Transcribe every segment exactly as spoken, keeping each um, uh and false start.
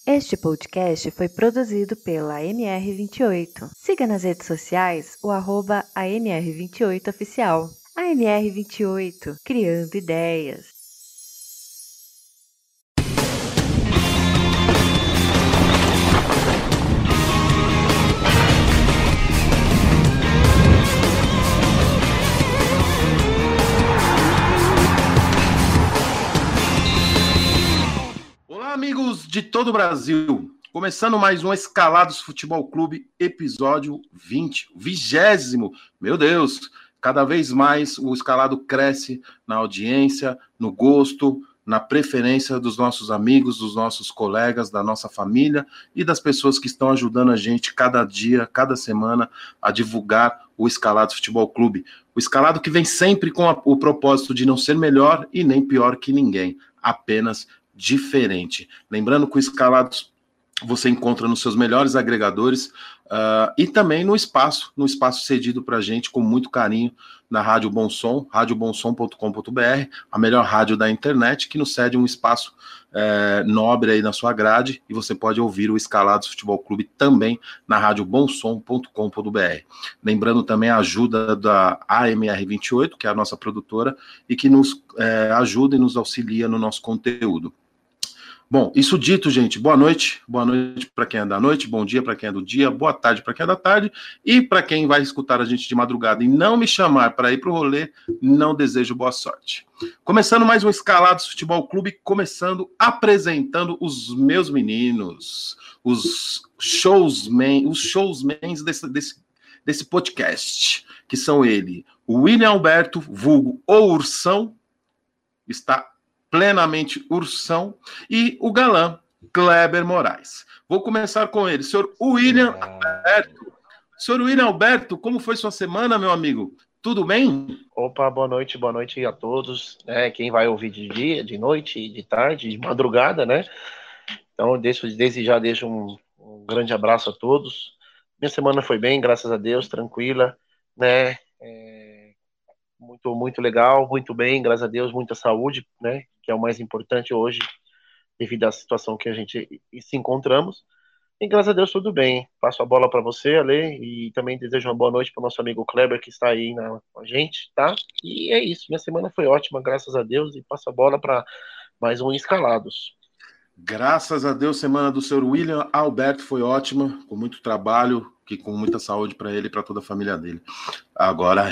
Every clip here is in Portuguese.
Este podcast foi produzido pela M R vinte e oito. Siga nas redes sociais o arroba A M R vinte e oito oficial. A M R vinte e oito, criando ideias. Olá, amigos de todo o Brasil. Começando mais um Escalados Futebol Clube, episódio vinte, vigésimo. Meu Deus, cada vez mais o Escalado cresce na audiência, no gosto, na preferência dos nossos amigos, dos nossos colegas, da nossa família e das pessoas que estão ajudando a gente cada dia, cada semana a divulgar o Escalados Futebol Clube. O Escalado que vem sempre com a, o propósito de não ser melhor e nem pior que ninguém, apenas diferente. Lembrando que o Escalados você encontra nos seus melhores agregadores uh, e também no espaço, no espaço cedido para a gente com muito carinho na Rádio Bom Som, rádio bom som ponto com ponto b r, a melhor rádio da internet, que nos cede um espaço eh, nobre aí na sua grade, e você pode ouvir o Escalados Futebol Clube também na rádio bom som ponto com ponto b r. Lembrando também a ajuda da A M R vinte e oito, que é a nossa produtora, e que nos eh, ajuda e nos auxilia no nosso conteúdo. Bom, isso dito, gente, boa noite, boa noite para quem é da noite, bom dia para quem é do dia, boa tarde para quem é da tarde, e para quem vai escutar a gente de madrugada e não me chamar para ir para o rolê, não desejo boa sorte. Começando mais um Escalados Futebol Clube, começando apresentando os meus meninos, os showsmen, os showsmens desse, desse, desse podcast, que são ele, o William Alberto, vulgo o Ursão, está plenamente Ursão, e o galã Kleber Moraes. Vou começar com ele, senhor William Alberto. Senhor William Alberto, como foi sua semana, meu amigo? Tudo bem? Opa, boa noite, boa noite a todos, né? Quem vai ouvir de dia, de noite, de tarde, de madrugada, né? Então, deixo, desde já deixo um, um grande abraço a todos. Minha semana foi bem, graças a Deus, tranquila, né? É, muito, muito legal, muito bem, graças a Deus, muita saúde, né? Que é o mais importante hoje, devido à situação que a gente se encontramos. E graças a Deus tudo bem. Passo a bola para você, Ale, e também desejo uma boa noite para o nosso amigo Kleber, que está aí na, com a gente, tá? E é isso, minha semana foi ótima, graças a Deus, e passo a bola para mais um Escalados. Graças a Deus, semana do senhor William Alberto foi ótima, com muito trabalho, que com muita saúde para ele e para toda a família dele. Agora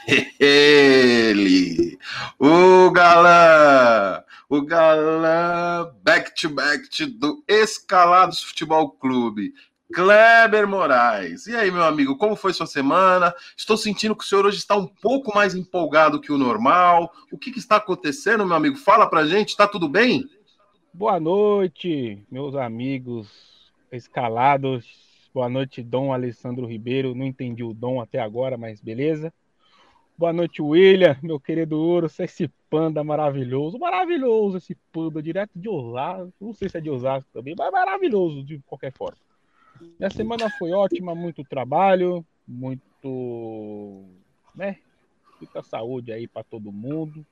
ele, o galã, o galã back to back do Escalados Futebol Clube, Kleber Moraes. E aí, meu amigo, como foi sua semana? Estou sentindo que o senhor hoje está um pouco mais empolgado que o normal. O que, que está acontecendo, meu amigo? Fala pra gente, está tudo bem? Boa noite, meus amigos escalados. Boa noite, Dom Alessandro Ribeiro. Não entendi o Dom até agora, mas beleza. Boa noite, William, meu querido Urso, esse panda maravilhoso. Maravilhoso esse panda, direto de Osasco. Não sei se é de Osasco também, mas maravilhoso de qualquer forma. Minha semana foi ótima, muito trabalho, muito, né? Muita saúde aí para todo mundo.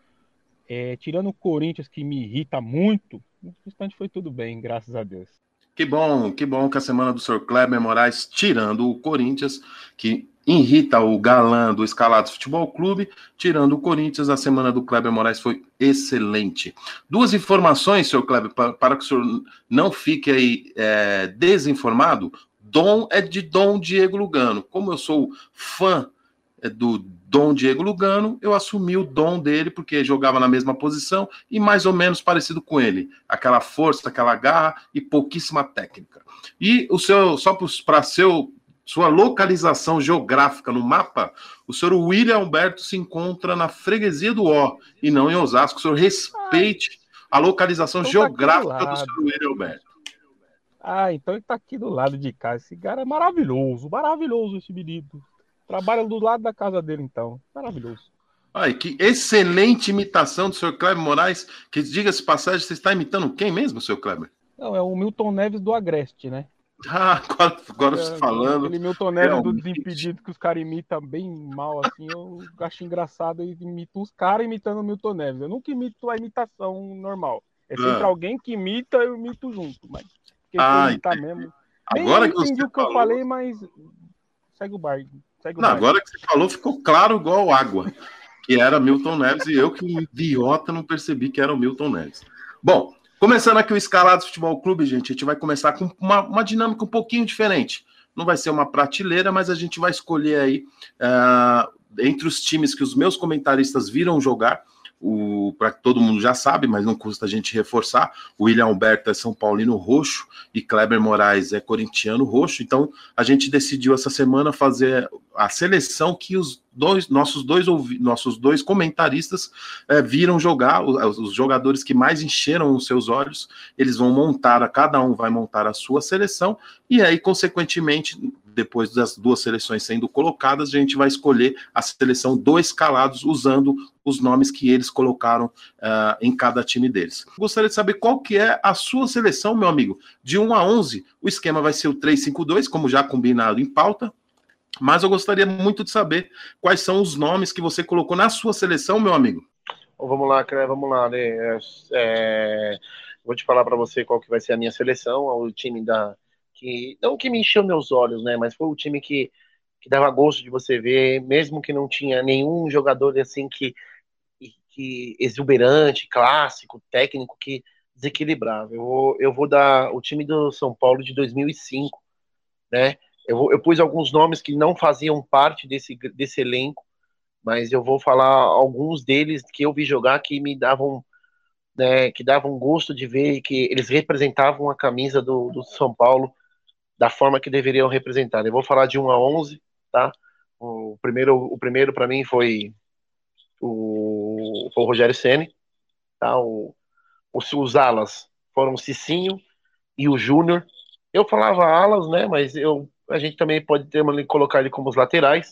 É, tirando o Corinthians, que me irrita muito, no instante foi tudo bem, graças a Deus. Que bom, que bom que a semana do senhor Kleber Moraes, tirando o Corinthians, que irrita o galã do Escalados Futebol Clube, tirando o Corinthians, a semana do Kleber Moraes foi excelente. Duas informações, senhor Kleber, para, para que o senhor não fique aí é, desinformado. Dom é de Dom Diego Lugano. Como eu sou fã do Dom Diego Lugano, eu assumi o dom dele, porque jogava na mesma posição e mais ou menos parecido com ele. Aquela força, aquela garra e pouquíssima técnica. E o seu, só para seu sua localização geográfica no mapa, o senhor William Alberto se encontra na freguesia do Ó, e não em Osasco. O senhor respeite a localização então geográfica tá do senhor William Alberto. Ah, então ele tá aqui do lado de cá. Esse cara é maravilhoso, maravilhoso esse menino. Trabalha do lado da casa dele, então. Maravilhoso. Ai, que excelente imitação do senhor Kleber Moraes. Que, diga-se passagem, você está imitando quem mesmo, senhor Kleber? Não, é o Milton Neves do Agreste, né? Ah, agora, agora é, falando. Aquele Milton Neves realmente. do Desimpedido que os caras imitam bem mal, assim. Eu acho engraçado e imito os caras imitando o Milton Neves. Eu nunca imito a imitação normal. É sempre Ah. alguém que imita, eu imito junto. Mas porque Ah, foi, tá mesmo. Agora Nem que você entendi o que falou... eu falei, mas segue o bar. Segue o Não, bar. agora que você falou, ficou claro igual água, que era Milton Neves, e eu que um idiota não percebi que era o Milton Neves. Bom, começando aqui o Escalados Futebol Clube, gente, a gente vai começar com uma, uma dinâmica um pouquinho diferente. Não vai ser uma prateleira, mas a gente vai escolher aí, uh, entre os times que os meus comentaristas viram jogar, o, para que todo mundo já sabe, mas não custa a gente reforçar, o William Alberto é São Paulino roxo e Kleber Moraes é corintiano roxo. Então a gente decidiu essa semana fazer a seleção que os dois, nossos, dois, nossos dois comentaristas é, viram jogar, os, os jogadores que mais encheram os seus olhos. Eles vão montar, cada um vai montar a sua seleção, e aí, consequentemente, depois das duas seleções sendo colocadas, a gente vai escolher a seleção do Escalados usando os nomes que eles colocaram uh, em cada time deles. Gostaria de saber qual que é a sua seleção, meu amigo. De um a onze, o esquema vai ser o três cinco dois, como já combinado em pauta, mas eu gostaria muito de saber quais são os nomes que você colocou na sua seleção, meu amigo. Bom, vamos lá, vamos lá, né? É, é, vou te falar para você qual que vai ser a minha seleção, o time da... que não que me encheu meus olhos, né? Mas foi o time que, que dava gosto de você ver, mesmo que não tinha nenhum jogador assim que, que exuberante, clássico, técnico, que desequilibrava. Eu vou, eu vou dar o time do São Paulo de dois mil e cinco, né? Eu, eu pus alguns nomes que não faziam parte desse, desse elenco, mas eu vou falar alguns deles que eu vi jogar que me davam, né, que davam gosto de ver, que eles representavam a camisa do, do São Paulo da forma que deveriam representar. Eu vou falar de um a onze, tá? O primeiro, o primeiro para mim foi o, foi o Rogério Ceni, tá? O, os, os alas foram o Cicinho e o Júnior. Eu falava alas, né? Mas eu, a gente também pode ter, colocar ele como os laterais.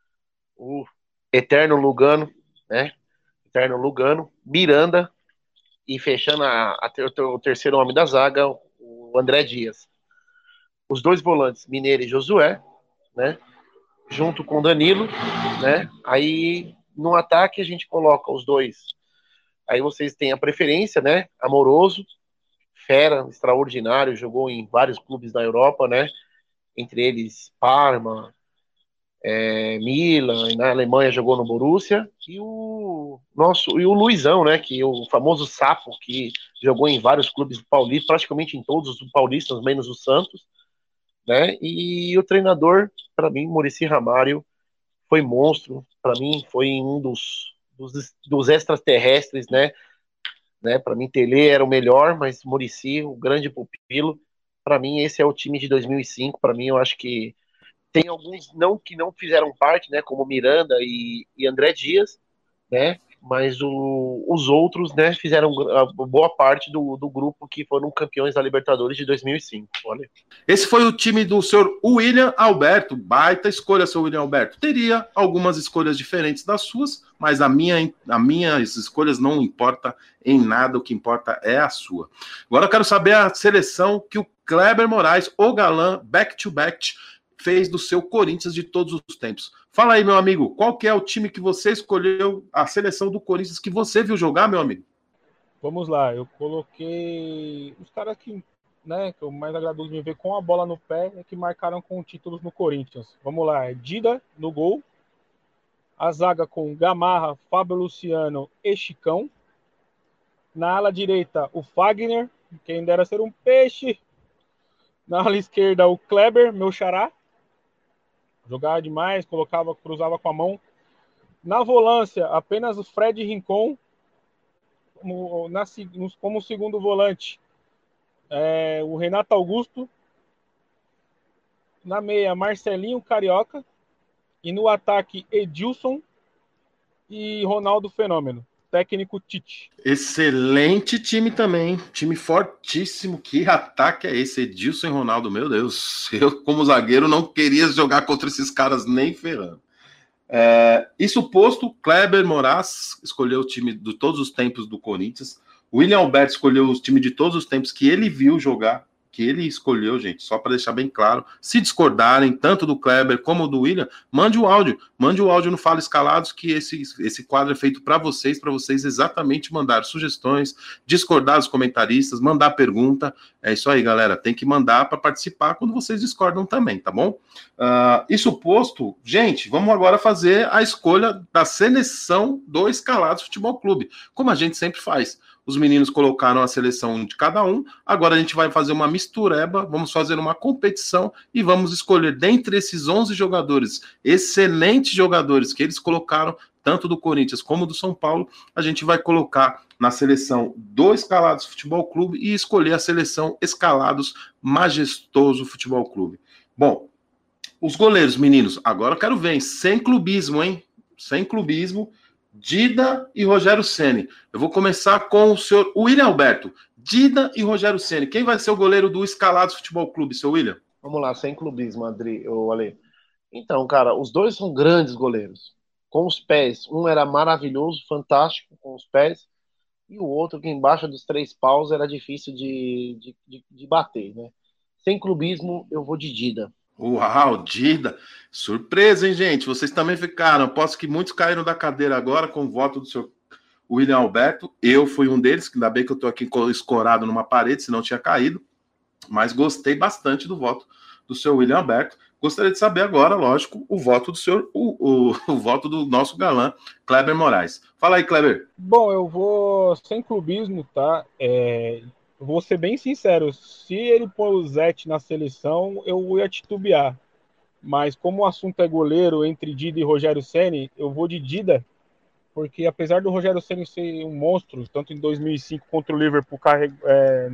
O Eterno Lugano, né? Eterno Lugano, Miranda, e fechando a, a ter, o terceiro homem da zaga, o André Dias. Os dois volantes, Mineiro e Josué, né? Junto com Danilo, né? Aí no ataque a gente coloca os dois. Aí vocês têm a preferência, né? Amoroso, fera, extraordinário, jogou em vários clubes da Europa, né? Entre eles Parma, é, Milan, na Alemanha jogou no Borussia, e o nosso e o Luizão, né? Que é o famoso Sapo, que jogou em vários clubes paulistas, praticamente em todos os paulistas, menos o Santos, né? E o treinador, para mim, Muricy Ramalho, foi monstro. Para mim, foi um dos, dos, dos extraterrestres, né? né? Para mim, Tele era o melhor, mas Muricy, o grande pupilo. Para mim, esse é o time de dois mil e cinco. Para mim, eu acho que tem alguns não que não fizeram parte, né? Como Miranda e, e André Dias, né? Mas o, os outros, né, fizeram a boa parte do, do grupo que foram campeões da Libertadores de dois mil e cinco. Olha. Esse foi o time do senhor William Alberto. Baita escolha, senhor William Alberto. Teria algumas escolhas diferentes das suas, mas a minha, a minhas escolhas não importa em nada, o que importa é a sua. Agora eu quero saber a seleção que o Kleber Moraes, o galã, back-to-back, fez do seu Corinthians de todos os tempos. Fala aí, meu amigo, qual que é o time que você escolheu, a seleção do Corinthians que você viu jogar, meu amigo? Vamos lá, eu coloquei os caras que, né, que eu mais agradou de me ver com a bola no pé é que marcaram com títulos no Corinthians. Vamos lá, é Dida no gol, a zaga com Gamarra, Fábio Luciano e Chicão. Na ala direita, o Fagner, quem dera ser um peixe. Na ala esquerda, o Kleber, meu xará. Jogava demais, colocava, cruzava com a mão. Na volância, apenas o Fred Rincon como, na, como segundo volante. É, o Renato Augusto. Na meia, Marcelinho Carioca. E no ataque, Edilson e Ronaldo Fenômeno. Técnico Tite. Excelente time também, time fortíssimo. Que ataque é esse? Edilson e Ronaldo, meu Deus. Eu, como zagueiro, não queria jogar contra esses caras nem ferrando. É, isso posto, Kleber Moraes escolheu o time de todos os tempos do Corinthians. William Alberto escolheu o time de todos os tempos que ele viu jogar que ele escolheu, gente, só para deixar bem claro. Se discordarem, tanto do Kleber como do William, mande o áudio. Mande o áudio no Fala Escalados, que esse, esse quadro é feito para vocês, para vocês exatamente mandar sugestões, discordar dos comentaristas, mandar pergunta. É isso aí, galera. Tem que mandar para participar quando vocês discordam também, tá bom? Uh, isso posto, gente, vamos agora fazer a escolha da seleção do Escalados Futebol Clube, como a gente sempre faz. Os meninos colocaram a seleção de cada um, agora a gente vai fazer uma mistureba, vamos fazer uma competição e vamos escolher dentre esses onze jogadores, excelentes jogadores que eles colocaram, tanto do Corinthians como do São Paulo, a gente vai colocar na seleção do Escalados Futebol Clube e escolher a seleção Escalados Majestoso Futebol Clube. Bom, os goleiros, meninos, agora eu quero ver, hein? Sem clubismo, hein? Sem clubismo, Dida e Rogério Ceni. Eu vou começar com o senhor William Alberto. Dida e Rogério Ceni. Quem vai ser o goleiro do Escalados Futebol Clube, seu William? Vamos lá, sem clubismo, Adri, ô, Ale. Então, cara, os dois são grandes goleiros. Com os pés, um era maravilhoso, fantástico com os pés, e o outro que embaixo dos três paus era difícil de, de, de, de bater, né? Sem clubismo, eu vou de Dida. Uau, Dida. Surpresa, hein, gente? Vocês também ficaram. Aposto que muitos caíram da cadeira agora com o voto do senhor William Alberto. Eu fui um deles, que ainda bem que eu tô aqui escorado numa parede, senão tinha caído. Mas gostei bastante do voto do senhor William Alberto. Gostaria de saber agora, lógico, o voto do senhor, o, o, o voto do nosso galã, Kleber Moraes. Fala aí, Kleber. Bom, eu vou sem clubismo, tá? É... Vou ser bem sincero, se ele pôr o Zete na seleção, eu ia titubear. Mas como o assunto é goleiro entre Dida e Rogério Ceni, eu vou de Dida, porque apesar do Rogério Ceni ser um monstro, tanto em dois mil e cinco contra o Liverpool, carreg... é...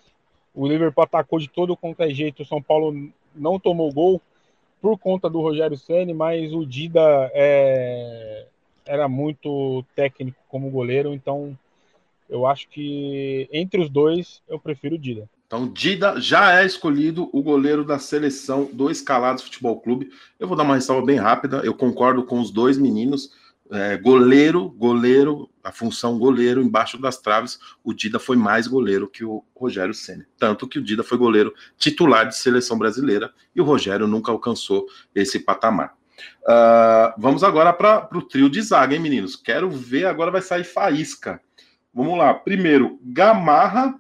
o Liverpool atacou de todo quanto é jeito, o São Paulo não tomou gol por conta do Rogério Ceni, mas o Dida é... era muito técnico como goleiro, então eu acho que entre os dois eu prefiro o Dida. Então, Dida já é escolhido o goleiro da seleção do Escalados Futebol Clube. Eu vou dar uma ressalva bem rápida. Eu concordo com os dois meninos. É, goleiro, goleiro, a função goleiro embaixo das traves. O Dida foi mais goleiro que o Rogério Ceni. Tanto que o Dida foi goleiro titular de seleção brasileira e o Rogério nunca alcançou esse patamar. Uh, vamos agora para o trio de zaga, hein, meninos? Quero ver, agora vai sair faísca. Vamos lá, primeiro, Gamarra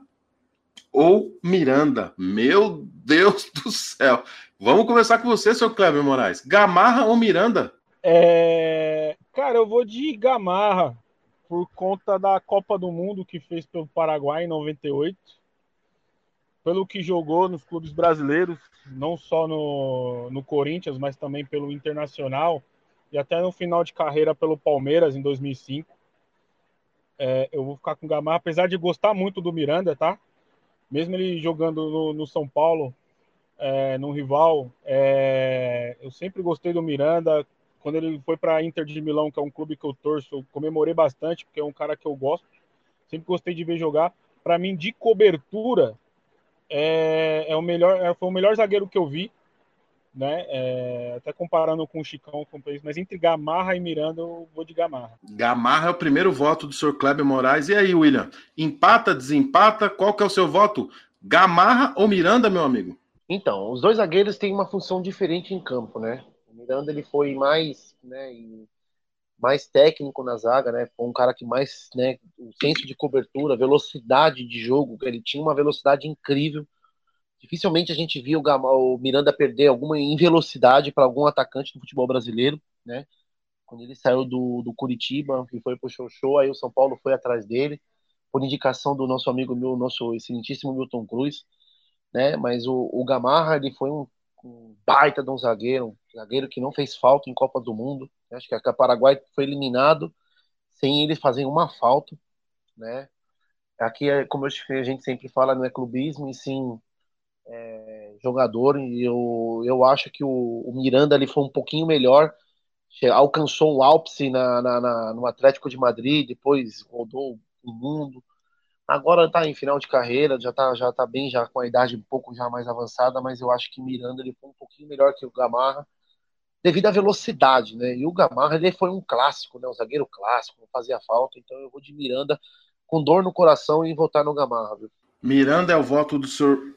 ou Miranda? Meu Deus do céu. Vamos começar com você, seu Kleber Moraes. Gamarra ou Miranda? É... Cara, eu vou de Gamarra, por conta da Copa do Mundo que fez pelo Paraguai em noventa e oito. Pelo que jogou nos clubes brasileiros, não só no, no Corinthians, mas também pelo Internacional, e até no final de carreira pelo Palmeiras em dois mil e cinco. É, eu vou ficar com o Gamarra, apesar de gostar muito do Miranda, tá? Mesmo ele jogando no, no São Paulo, é, no rival, é, eu sempre gostei do Miranda. Quando ele foi para a Inter de Milão, que é um clube que eu torço, eu comemorei bastante, porque é um cara que eu gosto. Sempre gostei de ver jogar. Para mim, de cobertura, é, é o melhor, foi o melhor zagueiro que eu vi, né? É, até comparando com o Chicão, com o país, mas entre Gamarra e Miranda eu vou de Gamarra. Gamarra é o primeiro voto do senhor Kleber Moraes. E aí, William? Empata, desempata? Qual que é o seu voto? Gamarra ou Miranda, meu amigo? Então, os dois zagueiros têm uma função diferente em campo, né? O Miranda ele foi mais, né, mais técnico na zaga, né? Foi um cara que mais, né, o senso de cobertura, velocidade de jogo, ele tinha uma velocidade incrível. Dificilmente a gente viu o, o Miranda perder alguma em velocidade para algum atacante do futebol brasileiro, né? Quando ele saiu do, do Curitiba, que foi pro show, aí o São Paulo foi atrás dele, por indicação do nosso amigo, meu, nosso excelentíssimo Milton Cruz, né? Mas o, o Gamarra, ele foi um, um baita de um zagueiro, um zagueiro que não fez falta em Copa do Mundo. Acho que a Paraguai foi eliminado sem ele fazer uma falta, né? Aqui, é, como a gente sempre fala, não é clubismo, e sim é, jogador, e eu, eu acho que o, o Miranda ali foi um pouquinho melhor, alcançou o ápice na, na, na, no Atlético de Madrid, depois rodou o mundo, agora tá em final de carreira, já tá, já tá bem, já com a idade um pouco já mais avançada, mas eu acho que Miranda ele foi um pouquinho melhor que o Gamarra, devido à velocidade, né? E o Gamarra ele foi um clássico, né? Um zagueiro clássico, não fazia falta, então eu vou de Miranda com dor no coração e votar no Gamarra, viu? Miranda é o voto do senhor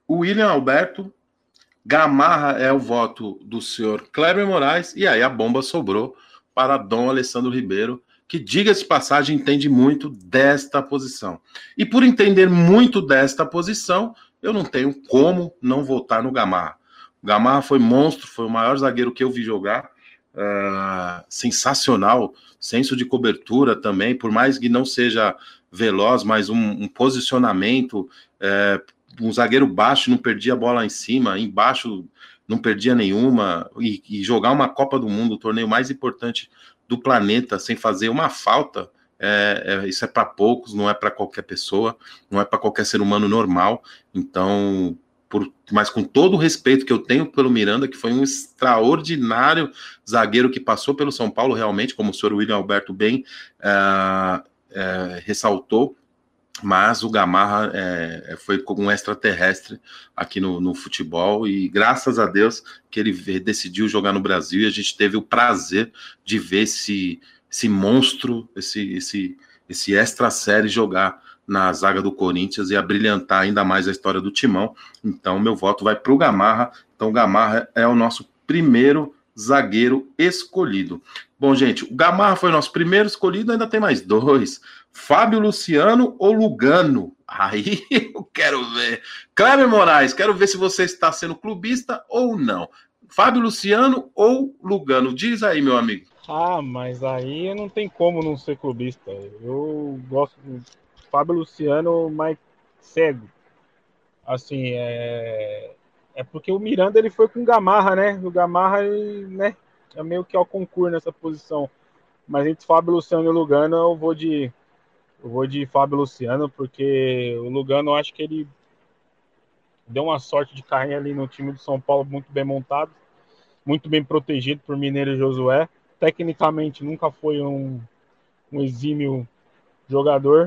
William Alberto, Gamarra é o voto do senhor Kleber Moraes, e aí a bomba sobrou para Dom Alessandro Ribeiro, que, diga-se de passagem, entende muito desta posição. E por entender muito desta posição, eu não tenho como não votar no Gamarra. O Gamarra foi monstro, foi o maior zagueiro que eu vi jogar, uh, sensacional, senso de cobertura também, por mais que não seja veloz, mas um, um posicionamento, uh, um zagueiro baixo, não perdia a bola em cima, embaixo não perdia nenhuma, e, e jogar uma Copa do Mundo, o torneio mais importante do planeta, sem fazer uma falta, é, é, isso é para poucos, não é para qualquer pessoa, não é para qualquer ser humano normal. Então, por, mas com todo o respeito que eu tenho pelo Miranda, que foi um extraordinário zagueiro que passou pelo São Paulo realmente, como o senhor William Alberto bem é, é, ressaltou, mas o Gamarra é, foi como um extraterrestre aqui no, no futebol, e graças a Deus que ele decidiu jogar no Brasil, e a gente teve o prazer de ver esse, esse monstro, esse, esse, esse extra-série jogar na zaga do Corinthians e abrilhantar ainda mais a história do Timão. Então meu voto vai para o Gamarra. Então o Gamarra é o nosso primeiro zagueiro escolhido. Bom, gente, o Gamarra foi o nosso primeiro escolhido, ainda tem mais dois. Fábio Luciano ou Lugano? Aí eu quero ver. Kleber Moraes, quero ver se você está sendo clubista ou não. Fábio Luciano ou Lugano? Diz aí, meu amigo. Ah, mas aí não tem como não ser clubista. Eu gosto do Fábio Luciano, mais cego. Assim, é... é porque o Miranda ele foi com o Gamarra, né? O Gamarra, ele, né? É meio que ao concurso nessa posição. Mas entre Fábio Luciano e Lugano, eu vou de... Eu vou de Fábio Luciano, porque o Lugano, eu acho que ele deu uma sorte de carreira ali no time do São Paulo, muito bem montado, muito bem protegido por Mineiro e Josué. Tecnicamente, nunca foi um, um exímio jogador,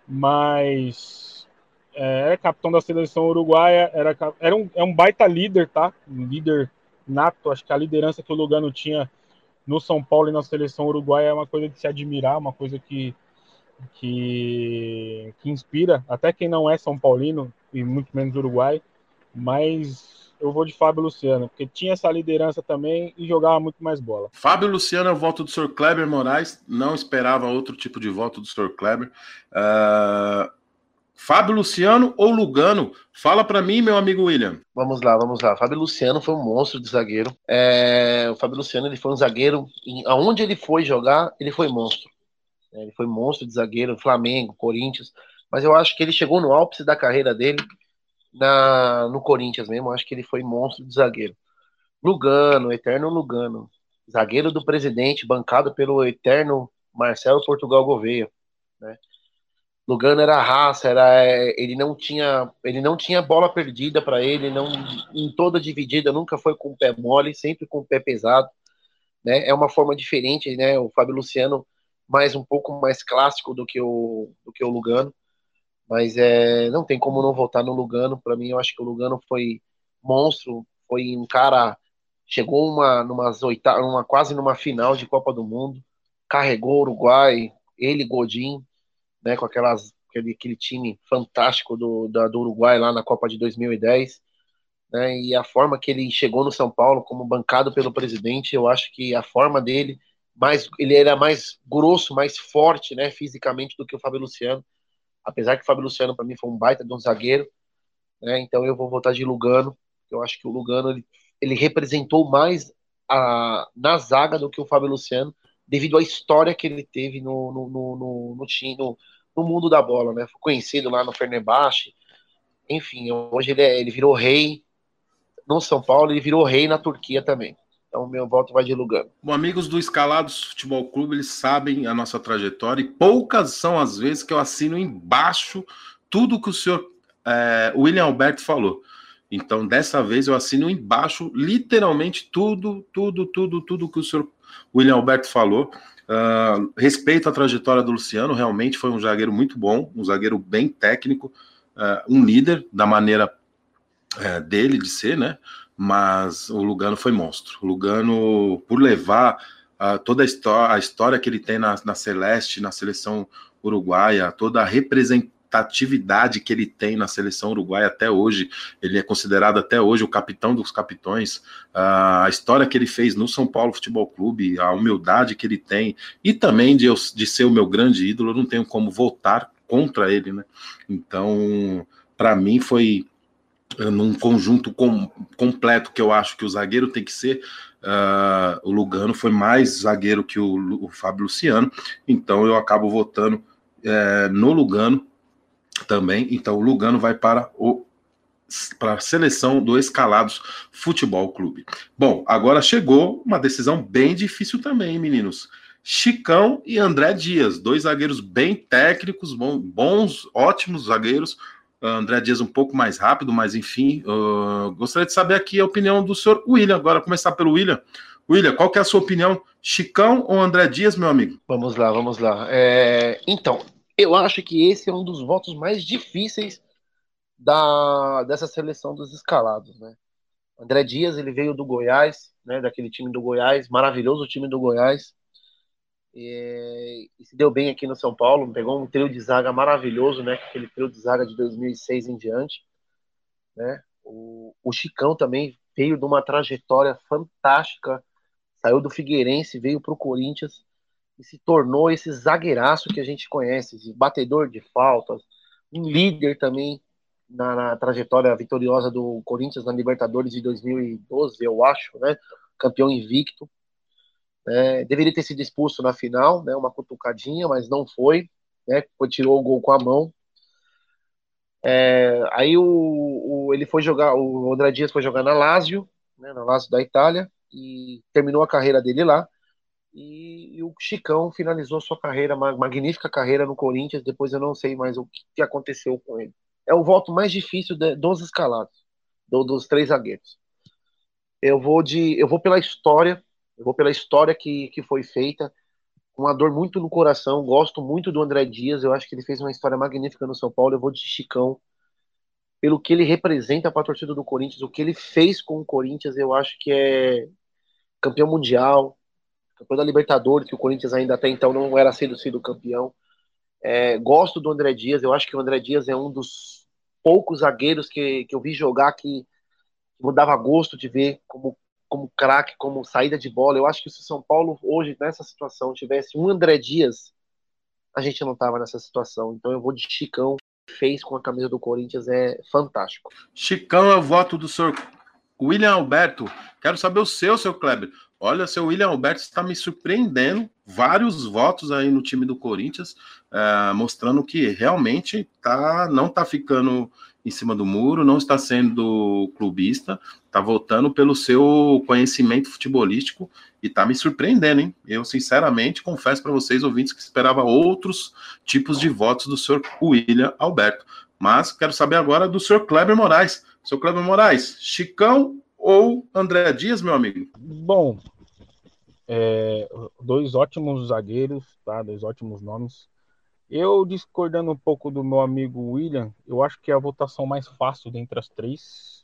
mas é, é capitão da seleção uruguaia, era, era um, é um baita líder, tá? Um líder nato. Acho que a liderança que o Lugano tinha no São Paulo e na seleção uruguaia é uma coisa de se admirar, uma coisa que Que, que inspira até quem não é São Paulino e muito menos uruguai, mas eu vou de Fábio Luciano, porque tinha essa liderança também e jogava muito mais bola. Fábio Luciano é o voto do senhor Kleber Moraes, não esperava outro tipo de voto do senhor Kleber. Uh, Fábio Luciano ou Lugano? Fala para mim, meu amigo William. Vamos lá, vamos lá. Fábio Luciano foi um monstro de zagueiro. É, o Fábio Luciano ele foi um zagueiro, em, aonde ele foi jogar, ele foi monstro. Ele foi monstro de zagueiro, Flamengo, Corinthians, mas eu acho que ele chegou no ápice da carreira dele na, no Corinthians mesmo. Eu acho que ele foi monstro de zagueiro. Lugano, eterno Lugano, zagueiro do Presidente, bancado pelo eterno Marcelo Portugal Gouveia, né? Lugano era raça, era, ele não tinha, ele não tinha bola perdida para ele, não, em toda dividida, nunca foi com o pé mole, sempre com o pé pesado, né? É uma forma diferente, né? O Fábio Luciano mais um pouco mais clássico do que o, do que o Lugano, mas é, não tem como não votar no Lugano. Para mim, eu acho que o Lugano foi monstro, foi um cara, chegou uma, numas oita, uma, quase numa final de Copa do Mundo, carregou o Uruguai, ele, Godin, né, com aquelas, aquele, aquele time fantástico do, da, do Uruguai lá na Copa de dois mil e dez, né, e a forma que ele chegou no São Paulo como bancado pelo presidente, eu acho que a forma dele, mais, ele era mais grosso, mais forte, né, fisicamente do que o Fábio Luciano, apesar que o Fábio Luciano para mim foi um baita de um zagueiro, né, então eu vou votar de Lugano. Eu acho que o Lugano ele, ele representou mais a, na zaga do que o Fábio Luciano, devido à história que ele teve no, no, no, no, no, no, no mundo da bola, né, foi conhecido lá no Fenerbahçe, enfim, hoje ele, é, ele virou rei no São Paulo, ele virou rei na Turquia também. Então, meu voto vai de Lugano. Bom, amigos do Escalados Futebol Clube, eles sabem a nossa trajetória e poucas são as vezes que eu assino embaixo tudo que o senhor é, William Alberto falou. Então, dessa vez eu assino embaixo literalmente tudo, tudo, tudo, tudo que o senhor William Alberto falou. Uh, respeito a trajetória do Luciano, realmente foi um zagueiro muito bom, um zagueiro bem técnico, uh, um líder da maneira uh, dele de ser, né? Mas o Lugano foi monstro. O Lugano, por levar uh, toda a história, a história que ele tem na, na Celeste, na seleção uruguaia, toda a represent, representatividade que ele tem na seleção uruguaia até hoje. Ele é considerado até hoje o capitão dos capitões. Uh, a história que ele fez no São Paulo Futebol Clube, a humildade que ele tem, e também de, eu, de ser o meu grande ídolo, eu não tenho como votar contra ele, né? Então, para mim foi num conjunto com, completo que eu acho que o zagueiro tem que ser. Uh, o Lugano foi mais zagueiro que o, o Fábio Luciano, então eu acabo votando é, no Lugano também. Então o Lugano vai para o para a seleção do Escalados Futebol Clube. Bom, agora chegou uma decisão bem difícil também, meninos. Chicão e André Dias, dois zagueiros bem técnicos, bons, ótimos zagueiros. André Dias um pouco mais rápido, mas enfim, uh, gostaria de saber aqui a opinião do senhor William. Agora, começar pelo William. William, qual que é a sua opinião? Chicão ou André Dias, meu amigo? Vamos lá, vamos lá. É, então, eu acho que esse é um dos votos mais difíceis da, dessa seleção dos escalados, né? André Dias, ele veio do Goiás, né, daquele time do Goiás, maravilhoso time do Goiás, e, e se deu bem aqui no São Paulo, pegou um trio de zaga maravilhoso, né, aquele trio de zaga de dois mil e seis em diante, né? O, o Chicão também veio de uma trajetória fantástica, saiu do Figueirense, veio para o Corinthians e se tornou esse zagueiraço que a gente conhece, esse batedor de faltas, um líder também na, na trajetória vitoriosa do Corinthians na Libertadores de dois mil e doze, eu acho, né? Campeão invicto. É, deveria ter sido expulso na final, né? Uma cutucadinha, mas não foi, né? Tirou o gol com a mão. É, aí o, o, ele foi jogar, o André Dias foi jogar na Lazio, né? Na Lazio da Itália, e terminou a carreira dele lá. E, e o Chicão finalizou sua carreira, uma magnífica carreira no Corinthians. Depois eu não sei mais o que, que aconteceu com ele. É o voto mais difícil de, dos escalados, do, dos três zagueiros. Eu vou de, eu vou pela história, eu vou pela história que, que foi feita, com uma dor muito no coração. Gosto muito do André Dias, eu acho que ele fez uma história magnífica no São Paulo. Eu vou de Chicão, pelo que ele representa para a torcida do Corinthians, o que ele fez com o Corinthians. Eu acho que é campeão mundial, campeão da Libertadores, que o Corinthians ainda até então não era sido sido campeão. É, gosto do André Dias, eu acho que o André Dias é um dos poucos zagueiros que, que eu vi jogar que me dava gosto de ver como, como craque, como saída de bola. Eu acho que se o São Paulo hoje, nessa situação, tivesse um André Dias, a gente não tava nessa situação. Então eu vou de Chicão, fez com a camisa do Corinthians, é fantástico. Chicão é o voto do senhor William Alberto. Quero saber o seu, seu Kleber. Olha, seu William Alberto está me surpreendendo. Vários votos aí no time do Corinthians, é, mostrando que realmente tá, não está ficando em cima do muro, não está sendo clubista, está votando pelo seu conhecimento futebolístico e está me surpreendendo, hein? Eu, sinceramente, confesso para vocês, ouvintes, que esperava outros tipos de votos do senhor William Alberto. Mas quero saber agora do senhor Kleber Moraes. Seu Kleber Moraes, Chicão ou André Dias, meu amigo? Bom, é, dois ótimos zagueiros, tá? Dois ótimos nomes. Eu, discordando um pouco do meu amigo William, eu acho que é a votação mais fácil dentre as três,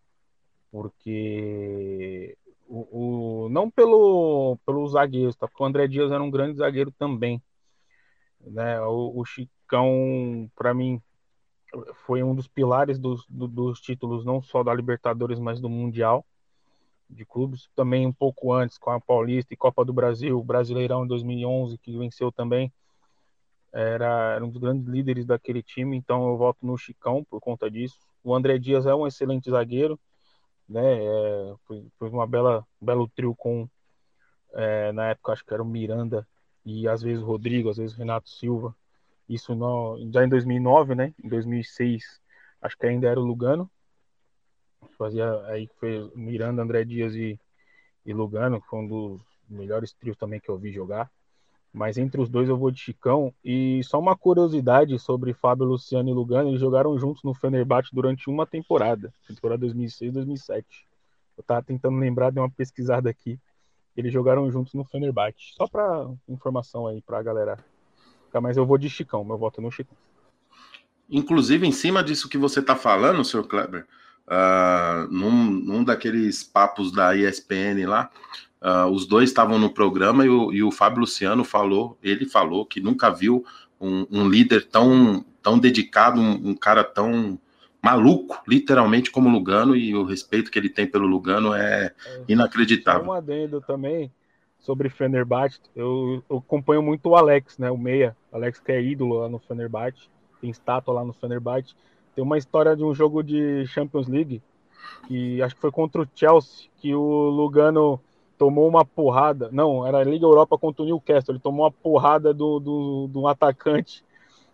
porque o, o, não pelo, pelo zagueiro, tá? Porque o André Dias era um grande zagueiro também, né? O, o Chicão, para mim, foi um dos pilares dos, do, dos títulos, não só da Libertadores, mas do Mundial de clubes, também um pouco antes com a Paulista e Copa do Brasil, Brasileirão em dois mil e onze, que venceu também, era, era um dos grandes líderes daquele time, então eu voto no Chicão por conta disso. O André Dias é um excelente zagueiro, né? É, foi, foi uma bela, um belo trio com, é, na época acho que era o Miranda e às vezes o Rodrigo, às vezes o Renato Silva. Isso no, já em dois mil e nove, né? Em dois mil e seis, acho que ainda era o Lugano. Fazia aí foi Miranda, André Dias e, e Lugano, que foi um dos melhores trios também que eu vi jogar. Mas entre os dois eu vou de Chicão. E só uma curiosidade sobre Fábio Luciano e Lugano, eles jogaram juntos no Fenerbahçe durante uma temporada, temporada dois mil e seis, dois mil e sete. Eu tava tentando lembrar, dei uma pesquisada aqui. Eles jogaram juntos no Fenerbahçe. Só para informação aí pra galera. Mas eu vou de Chicão, meu voto é no Chicão. Inclusive, em cima disso que você está falando, senhor Kleber, uh, num, num daqueles papos da E S P N lá, uh, os dois estavam no programa e o, e o Fábio Luciano falou, ele falou que nunca viu um, um líder tão, tão dedicado, um, um cara tão maluco, literalmente, como o Lugano, e o respeito que ele tem pelo Lugano é inacreditável. Só um adendo também sobre Fenerbahçe, eu, eu acompanho muito o Alex, né, o Meia, Alex que é ídolo lá no Fenerbahçe, tem estátua lá no Fenerbahçe, tem uma história de um jogo de Champions League, que acho que foi contra o Chelsea, que o Lugano tomou uma porrada, não, era a Liga Europa contra o Newcastle, ele tomou uma porrada do, do, do atacante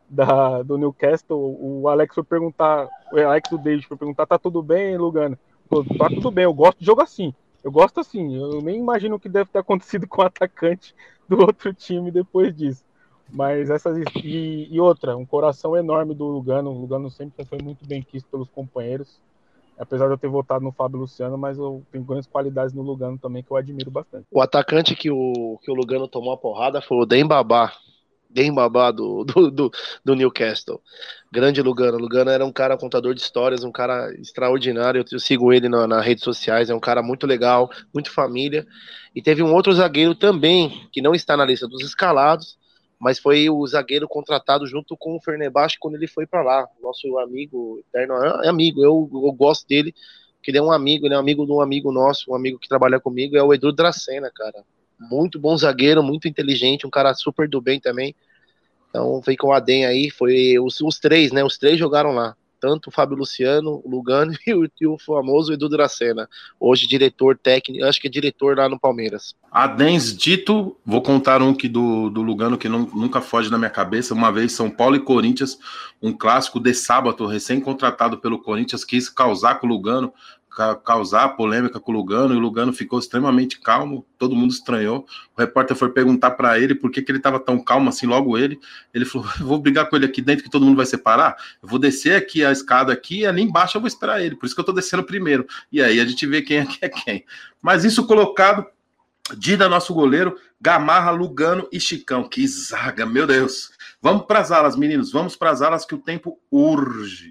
da, do Newcastle, o Alex foi perguntar, o Alex do David foi perguntar, tá tudo bem, Lugano? Falou, tá tudo bem, eu gosto de jogo assim, eu gosto assim, eu nem imagino o que deve ter acontecido com o atacante do outro time depois disso. Mas essas. E, e outra, um coração enorme do Lugano. O Lugano sempre foi muito bem quisto pelos companheiros. Apesar de eu ter votado no Fábio Luciano, mas eu tenho grandes qualidades no Lugano também, que eu admiro bastante. O atacante que o, que o Lugano tomou a porrada foi o Dembaba. Dembaba do, do, do, do Newcastle. Grande Lugano. Lugano era um cara contador de histórias, um cara extraordinário. Eu, eu sigo ele na, nas redes sociais. É um cara muito legal, muito família. E teve um outro zagueiro também, que não está na lista dos escalados, mas foi o zagueiro contratado junto com o Fenerbahçe quando ele foi para lá. Nosso amigo, eterno é amigo, eu, eu gosto dele, que ele é um amigo, ele é um amigo de um amigo nosso, um amigo que trabalha comigo, é o Edu Dracena, cara. Muito bom zagueiro, muito inteligente, um cara super do bem também. Então veio com o Adem aí, foi os, os três, né? Os três jogaram lá. Tanto o Fábio Luciano, o Lugano e o, e o famoso Edu Dracena. Hoje diretor técnico, acho que é diretor lá no Palmeiras. Adens dito, vou contar um que do, do Lugano que não, nunca foge da minha cabeça. Uma vez São Paulo e Corinthians, um clássico de sábado, recém-contratado pelo Corinthians, quis causar com o Lugano, causar polêmica com o Lugano, e o Lugano ficou extremamente calmo, todo mundo estranhou. O repórter foi perguntar para ele por que, que ele estava tão calmo assim, logo ele, ele falou, eu vou brigar com ele aqui dentro que todo mundo vai separar, eu vou descer aqui a escada aqui, e ali embaixo eu vou esperar ele, por isso que eu tô descendo primeiro, e aí a gente vê quem é que é quem. Mas isso colocado, Dida, nosso goleiro, Gamarra, Lugano e Chicão, que zaga, meu Deus. Vamos para as alas, meninos, vamos para as alas que o tempo urge.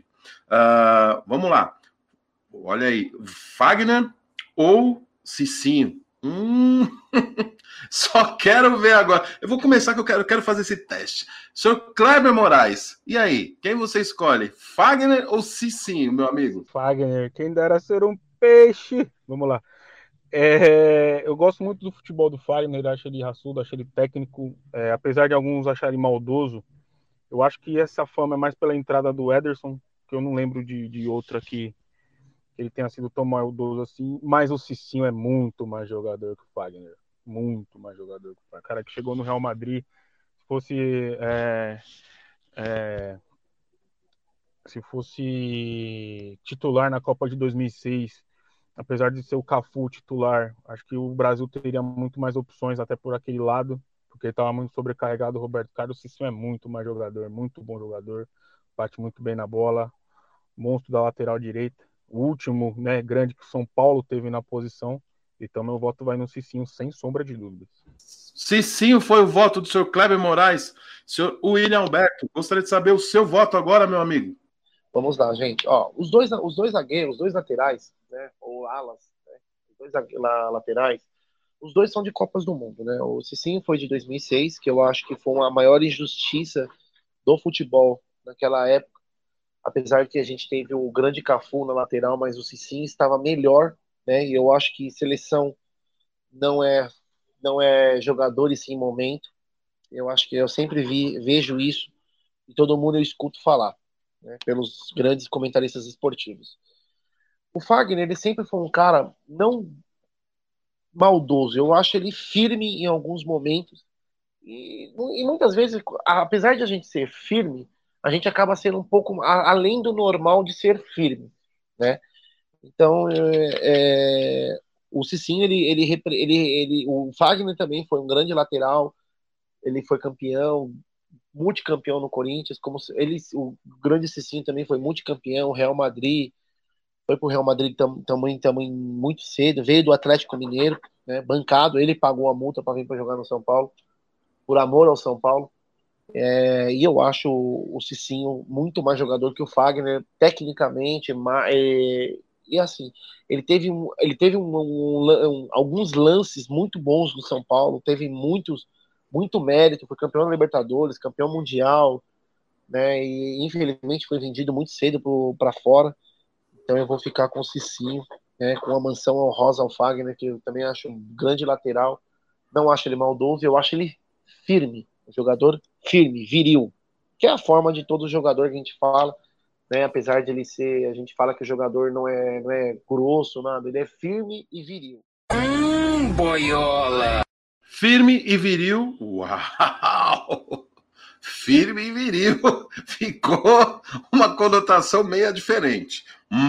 Uh, vamos lá. Olha aí, Fagner ou Cicinho? Hum, só quero ver agora. Eu vou começar que eu quero, eu quero fazer esse teste. Senhor Kleber Moraes, e aí? Quem você escolhe? Fagner ou Cicinho, meu amigo? Fagner, quem dera ser um peixe. Vamos lá. É, eu gosto muito do futebol do Fagner, acho ele raçudo, acho ele técnico. É, apesar de alguns acharem maldoso, eu acho que essa fama é mais pela entrada do Ederson, que eu não lembro de, de outra que ele tenha sido tão maldoso assim, mas o Cicinho é muito mais jogador que o Fagner, muito mais jogador que o Fagner. Cara que chegou no Real Madrid, se fosse é, é, se fosse titular na Copa de dois mil e seis, apesar de ser o Cafu titular, acho que o Brasil teria muito mais opções até por aquele lado, porque ele estava muito sobrecarregado. O Roberto Carlos, o Cicinho é muito mais jogador, muito bom jogador, bate muito bem na bola, monstro da lateral direita. O último, né, grande que o São Paulo teve na posição. Então meu voto vai no Cicinho, sem sombra de dúvidas. Cicinho foi o voto do senhor Kleber Moraes. Senhor William Alberto, gostaria de saber o seu voto agora, meu amigo. Vamos lá, gente. Ó, os dois, os dois zagueiros, os dois laterais, né, ou alas, né, os dois laterais, os dois são de Copas do Mundo, né? O Cicinho foi de dois mil e seis, que eu acho que foi a maior injustiça do futebol naquela época. Apesar que a gente teve o grande Cafu na lateral, mas o Cicinho estava melhor, né? E eu acho que seleção não é não é jogador e sim momento. Eu acho que eu sempre vi, vejo isso e todo mundo eu escuto falar, né? Pelos grandes comentaristas esportivos. O Fagner, ele sempre foi um cara não maldoso. Eu acho ele firme em alguns momentos e, e muitas vezes, apesar de a gente ser firme, a gente acaba sendo um pouco a, além do normal de ser firme, né? Então, é, é, o Cicinho, ele, ele, ele, ele, o Fagner também foi um grande lateral, ele foi campeão, multicampeão no Corinthians, como ele, o grande Cicinho também foi multicampeão, Real Madrid, foi pro Real Madrid tam, também, também muito cedo, veio do Atlético Mineiro, né, bancado, ele pagou a multa para vir para jogar no São Paulo, por amor ao São Paulo. É, e eu acho o Cicinho muito mais jogador que o Fagner, tecnicamente, mais, é, e assim, ele teve, um, ele teve um, um, um, alguns lances muito bons no São Paulo, teve muitos, muito mérito, foi campeão da Libertadores, campeão mundial, né? E infelizmente foi vendido muito cedo para fora. Então eu vou ficar com o Cicinho, né? Com a mansão honrosa ao Fagner, que eu também acho um grande lateral. Não acho ele maldoso, eu acho ele firme, um jogador firme, viril, que é a forma de todo jogador que a gente fala, né? Apesar de ele ser, a gente fala que o jogador não é, não é grosso, nada, ele é firme e viril. Hum, boiola! Firme e viril, uau! Firme e viril, ficou uma conotação meio diferente,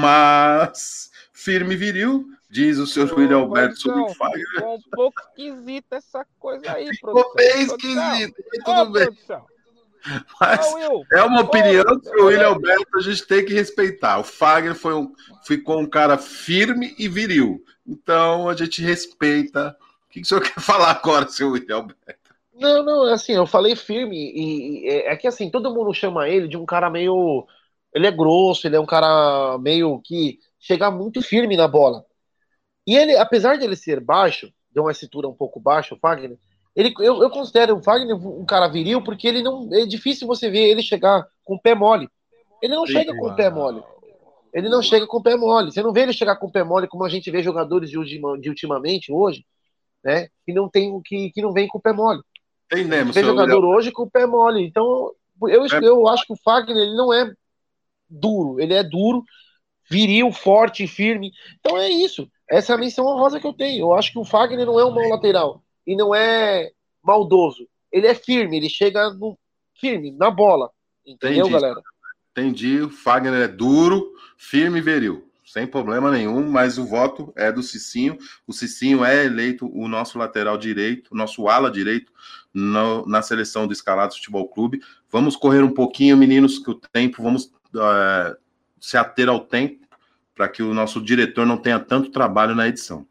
mas firme e viril, diz o senhor William Alberto sobre o Fagner. Ficou um pouco esquisita essa coisa aí, ficou produção. Ficou bem esquisito, mas tudo Ô, bem. Produção. Mas Ô, é uma opinião Ô, que o William Alberto a gente tem que respeitar. O Fagner foi um, ficou um cara firme e viril, então a gente respeita. O que, que o senhor quer falar agora, seu William Alberto? Não, não, assim, eu falei firme, e, e é que assim, todo mundo chama ele de um cara meio. Ele é grosso, ele é um cara meio que chega muito firme na bola. E ele, apesar de ele ser baixo, de uma estatura um pouco baixa, o Fagner, ele, eu, eu considero o Fagner um cara viril, porque ele não. É difícil você ver ele chegar com o pé mole. Ele não chega com o pé mole. Ele não chega com o pé mole. Você não vê ele chegar com o pé mole como a gente vê jogadores de, de ultimamente, hoje, né? Que não tem, que, que não vem com o pé mole. Entendemos, Tem jogador William. Hoje com o pé mole. Então, eu, eu acho que o Fagner ele não é duro. Ele é duro, viril, forte, firme. Então é isso. Essa é a menção honrosa que eu tenho. Eu acho que o Fagner não é um mau lateral. E não é maldoso. Ele é firme. Ele chega no, firme, na bola. Entendeu, Entendi, galera? Entendi. O Fagner é duro, firme e viril. Sem problema nenhum, mas o voto é do Cicinho. O Cicinho é eleito o nosso lateral direito, o nosso ala direito no, na seleção do Escalados Futebol Clube. Vamos correr um pouquinho, meninos, que o tempo, vamos uh, se ater ao tempo, para que o nosso diretor não tenha tanto trabalho na edição.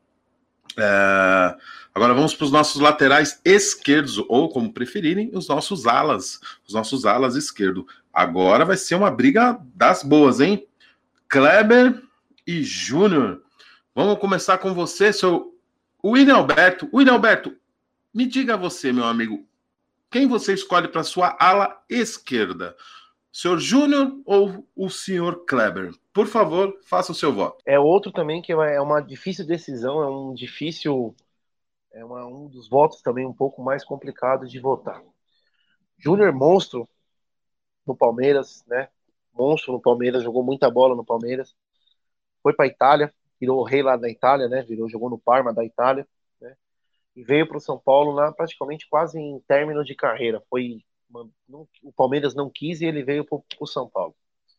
Uh, agora vamos para os nossos laterais esquerdos, ou como preferirem, os nossos alas, os nossos alas esquerdos. Agora vai ser uma briga das boas, hein? Kleber e Júnior. Vamos começar com você, seu William Alberto. William Alberto, me diga você, meu amigo, quem você escolhe para sua ala esquerda? Senhor Júnior ou o senhor Kleber? Por favor, faça o seu voto. É outro também que é uma difícil decisão, é um difícil, é uma, um dos votos também um pouco mais complicado de votar. Júnior, monstro no Palmeiras, né? Monstro no Palmeiras, jogou muita bola no Palmeiras. Foi para a Itália, virou o rei lá da Itália, né? Virou, jogou no Parma da Itália, né? E veio para o São Paulo lá praticamente quase em término de carreira. Foi não, o Palmeiras não quis e ele veio para o São Paulo.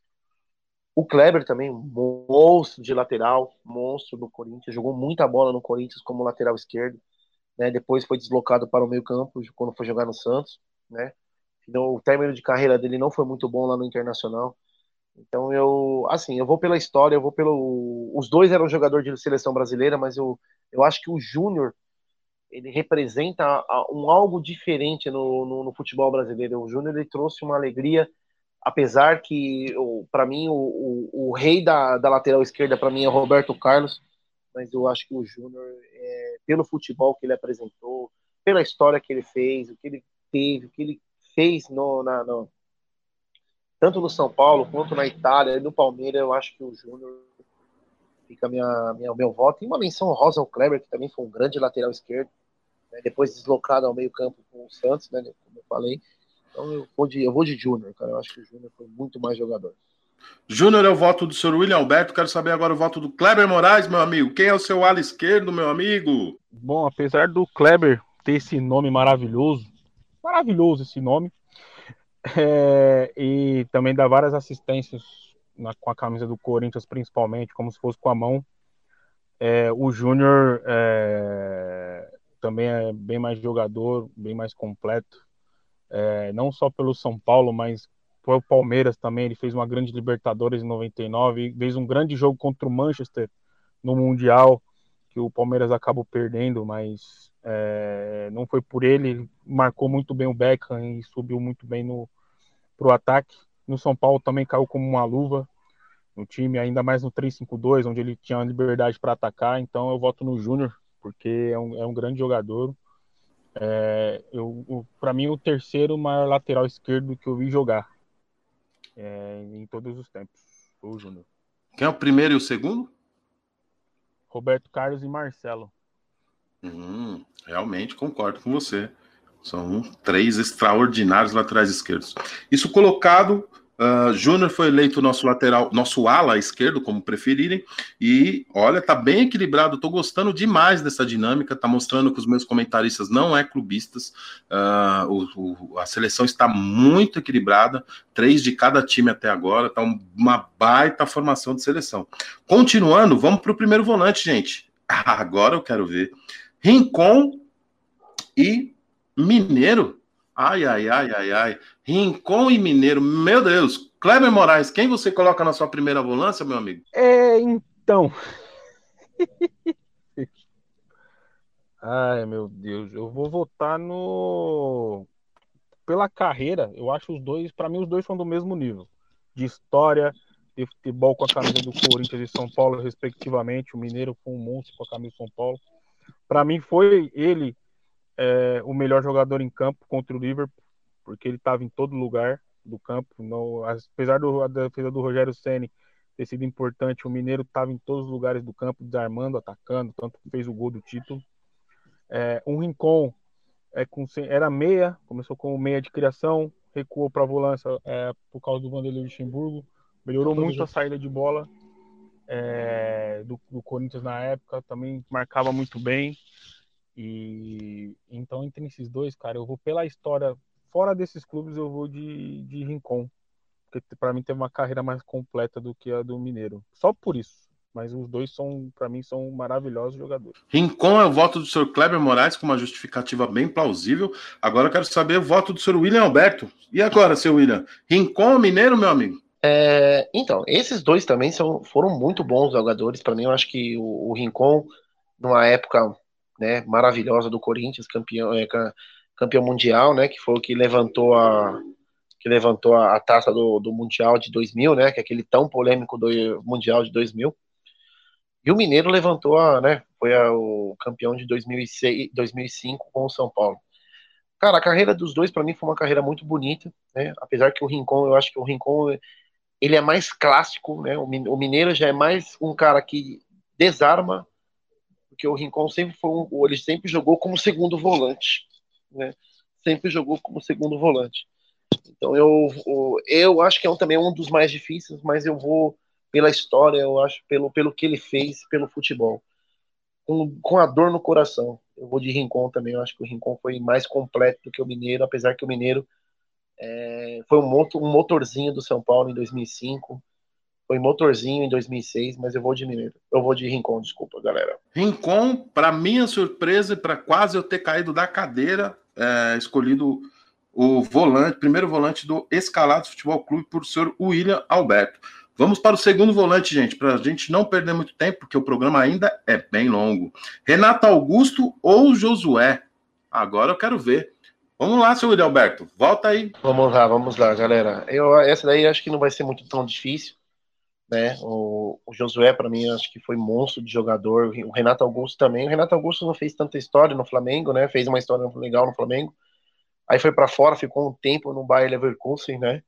O Kleber também, monstro de lateral, monstro do Corinthians, jogou muita bola no Corinthians como lateral esquerdo, né? Depois foi deslocado para o meio-campo quando foi jogar no Santos, né? Então, o término de carreira dele não foi muito bom lá no Internacional. Então eu, assim, eu vou pela história, eu vou pelo. Os dois eram jogador de seleção brasileira, mas eu, eu acho que o Júnior ele representa um algo diferente no, no, no futebol brasileiro. O Júnior ele trouxe uma alegria, apesar que para mim o, o, o rei da, da lateral esquerda para mim é o Roberto Carlos, mas eu acho que o Júnior, é, pelo futebol que ele apresentou, pela história que ele fez, o que ele teve, o que ele fez no, na, no, tanto no São Paulo quanto na Itália e no Palmeiras, eu acho que o Júnior fica minha, minha, meu voto. E uma menção honrosa ao Kleber, que também foi um grande lateral esquerdo, né, depois deslocado ao meio campo com o Santos, né, como eu falei. Então eu vou de, eu vou de Júnior, cara. Eu acho que o Júnior foi muito mais jogador. Júnior é o voto do senhor William Alberto. Quero saber agora o voto do Kleber Moraes, meu amigo. Quem é o seu ala esquerdo, meu amigo? Bom, apesar do Kleber ter esse nome maravilhoso, maravilhoso esse nome, é, e também dá várias assistências na, com a camisa do Corinthians, principalmente, como se fosse com a mão. É, o Júnior é, também é bem mais jogador, bem mais completo, é, não só pelo São Paulo, mas pelo Palmeiras também. Ele fez uma grande Libertadores em noventa e nove, fez um grande jogo contra o Manchester no Mundial, que o Palmeiras acabou perdendo, mas é, não foi por ele. Ele marcou muito bem o Beckham e subiu muito bem no pro ataque. No São Paulo também caiu como uma luva no time, ainda mais no três cinco dois, onde ele tinha liberdade para atacar. Então eu voto no Júnior, porque é um, é um grande jogador. É, eu, para mim, o terceiro maior lateral esquerdo que eu vi jogar. é, em todos os tempos. Foi o Júnior. Quem é o primeiro e o segundo? Roberto Carlos e Marcelo. Hum, realmente concordo com você. São três extraordinários laterais esquerdos. Isso colocado, uh, Júnior foi eleito nosso lateral, nosso ala esquerdo, como preferirem. E olha, tá bem equilibrado. Tô gostando demais dessa dinâmica. Tá mostrando que os meus comentaristas não é clubistas. Uh, o, o, a seleção está muito equilibrada. Três de cada time até agora. Tá uma baita formação de seleção. Continuando, vamos para o primeiro volante, gente. Agora eu quero ver. Rincon e Mineiro? Ai, ai, ai, ai, ai. Rincon e Mineiro, meu Deus. Kleber Moraes, quem você coloca na sua primeira volância, meu amigo? É, então. Ai, meu Deus. Eu vou votar no. Pela carreira, eu acho os dois, para mim, os dois são do mesmo nível. De história, de futebol com a camisa do Corinthians e São Paulo, respectivamente. O Mineiro foi um monstro com a camisa do São Paulo. Para mim, foi ele é, o melhor jogador em campo contra o Liverpool, porque ele estava em todo lugar do campo. Não, apesar do, da defesa do Rogério Ceni ter sido importante, o Mineiro estava em todos os lugares do campo, desarmando, atacando, tanto que fez o gol do título. É, um Rincon é, com, era meia, começou como meia de criação, recuou para a volância é, por causa do Vanderlei Luxemburgo, melhorou muito a saída de bola é, do, do Corinthians na época, também marcava muito bem. E então, entre esses dois, cara, eu vou pela história. Fora desses clubes, eu vou de, de Rincon, porque para mim teve uma carreira mais completa do que a do Mineiro. Só por isso. Mas os dois são, para mim, são maravilhosos jogadores. Rincon é o voto do senhor Kleber Moraes, com uma justificativa bem plausível. Agora eu quero saber o voto do senhor William Alberto. E agora, seu William? Rincon ou Mineiro, meu amigo? É, então, esses dois também são, foram muito bons jogadores. Para mim, eu acho que o, o Rincon, numa época, né, maravilhosa do Corinthians, campeão, é, campeão mundial, né, que foi o que levantou a que levantou a, a taça do, do Mundial de dois mil, né, que é aquele tão polêmico do Mundial de dois mil. E o Mineiro levantou a, né, foi a, o campeão de dois mil e seis, dois mil e cinco com o São Paulo. Cara, a carreira dos dois para mim foi uma carreira muito bonita, né? Apesar que o Rincon, eu acho que o Rincon ele é mais clássico, né? O Mineiro já é mais um cara que desarma, porque o Rincon sempre foi um, ele sempre jogou como segundo volante, né? Sempre jogou como segundo volante. Então eu, eu acho que é um, também um dos mais difíceis, mas eu vou pela história, eu acho, pelo, pelo que ele fez pelo futebol. Com, com a dor no coração. Eu vou de Rincon também, eu acho que o Rincon foi mais completo do que o Mineiro, apesar que o Mineiro é, foi um, motor, um motorzinho do São Paulo em dois mil e cinco, foi motorzinho em dois mil e seis, mas eu vou de Mineiro. Eu vou de Rincon, desculpa, galera. Rincon, para minha surpresa e para quase eu ter caído da cadeira, é, escolhido o volante, primeiro volante do Escalados Futebol Clube por senhor William Alberto. Vamos para o segundo volante, gente, para a gente não perder muito tempo, porque o programa ainda é bem longo. Renato Augusto ou Josué? Agora eu quero ver. Vamos lá, seu William Alberto, volta aí. Vamos lá, vamos lá, galera. Eu, essa daí acho que não vai ser muito tão difícil, né? O, o Josué, para mim, acho que foi monstro de jogador. O Renato Augusto também. O Renato Augusto não fez tanta história no Flamengo, né? Fez uma história legal no Flamengo. Aí foi para fora, ficou um tempo no Bayer Leverkusen, né?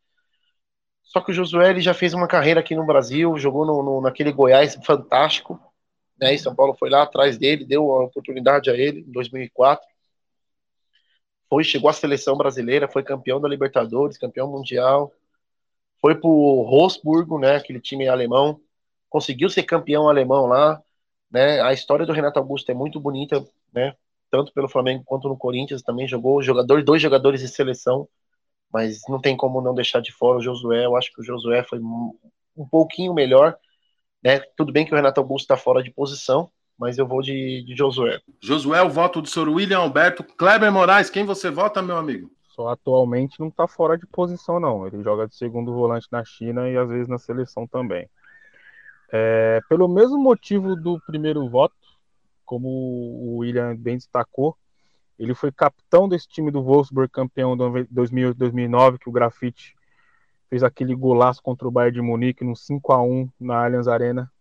Só que o Josué ele já fez uma carreira aqui no Brasil, jogou no, no, naquele Goiás fantástico, né? E São Paulo foi lá atrás dele, deu a oportunidade a ele em dois mil e quatro. Foi, chegou à seleção brasileira, foi campeão da Libertadores, campeão mundial. Foi pro Wolfsburgo, né? Aquele time alemão, conseguiu ser campeão alemão lá, né? A história do Renato Augusto é muito bonita, né? Tanto pelo Flamengo quanto no Corinthians também jogou jogador, dois jogadores de seleção. Mas não tem como não deixar de fora o Josué. Eu acho que o Josué foi um pouquinho melhor, né? Tudo bem que o Renato Augusto está fora de posição, mas eu vou de, de Josué. Josué, o voto do senhor William Alberto. Kleber Moraes, quem você vota, meu amigo? Só atualmente não está fora de posição, não. Ele joga de segundo volante na China e às vezes na seleção também. É, pelo mesmo motivo do primeiro voto, como o William bem destacou, ele foi capitão desse time do Wolfsburg, campeão de dois mil, dois mil e nove, que o Grafite fez aquele golaço contra o Bayern de Munique no cinco a um na Allianz Arena.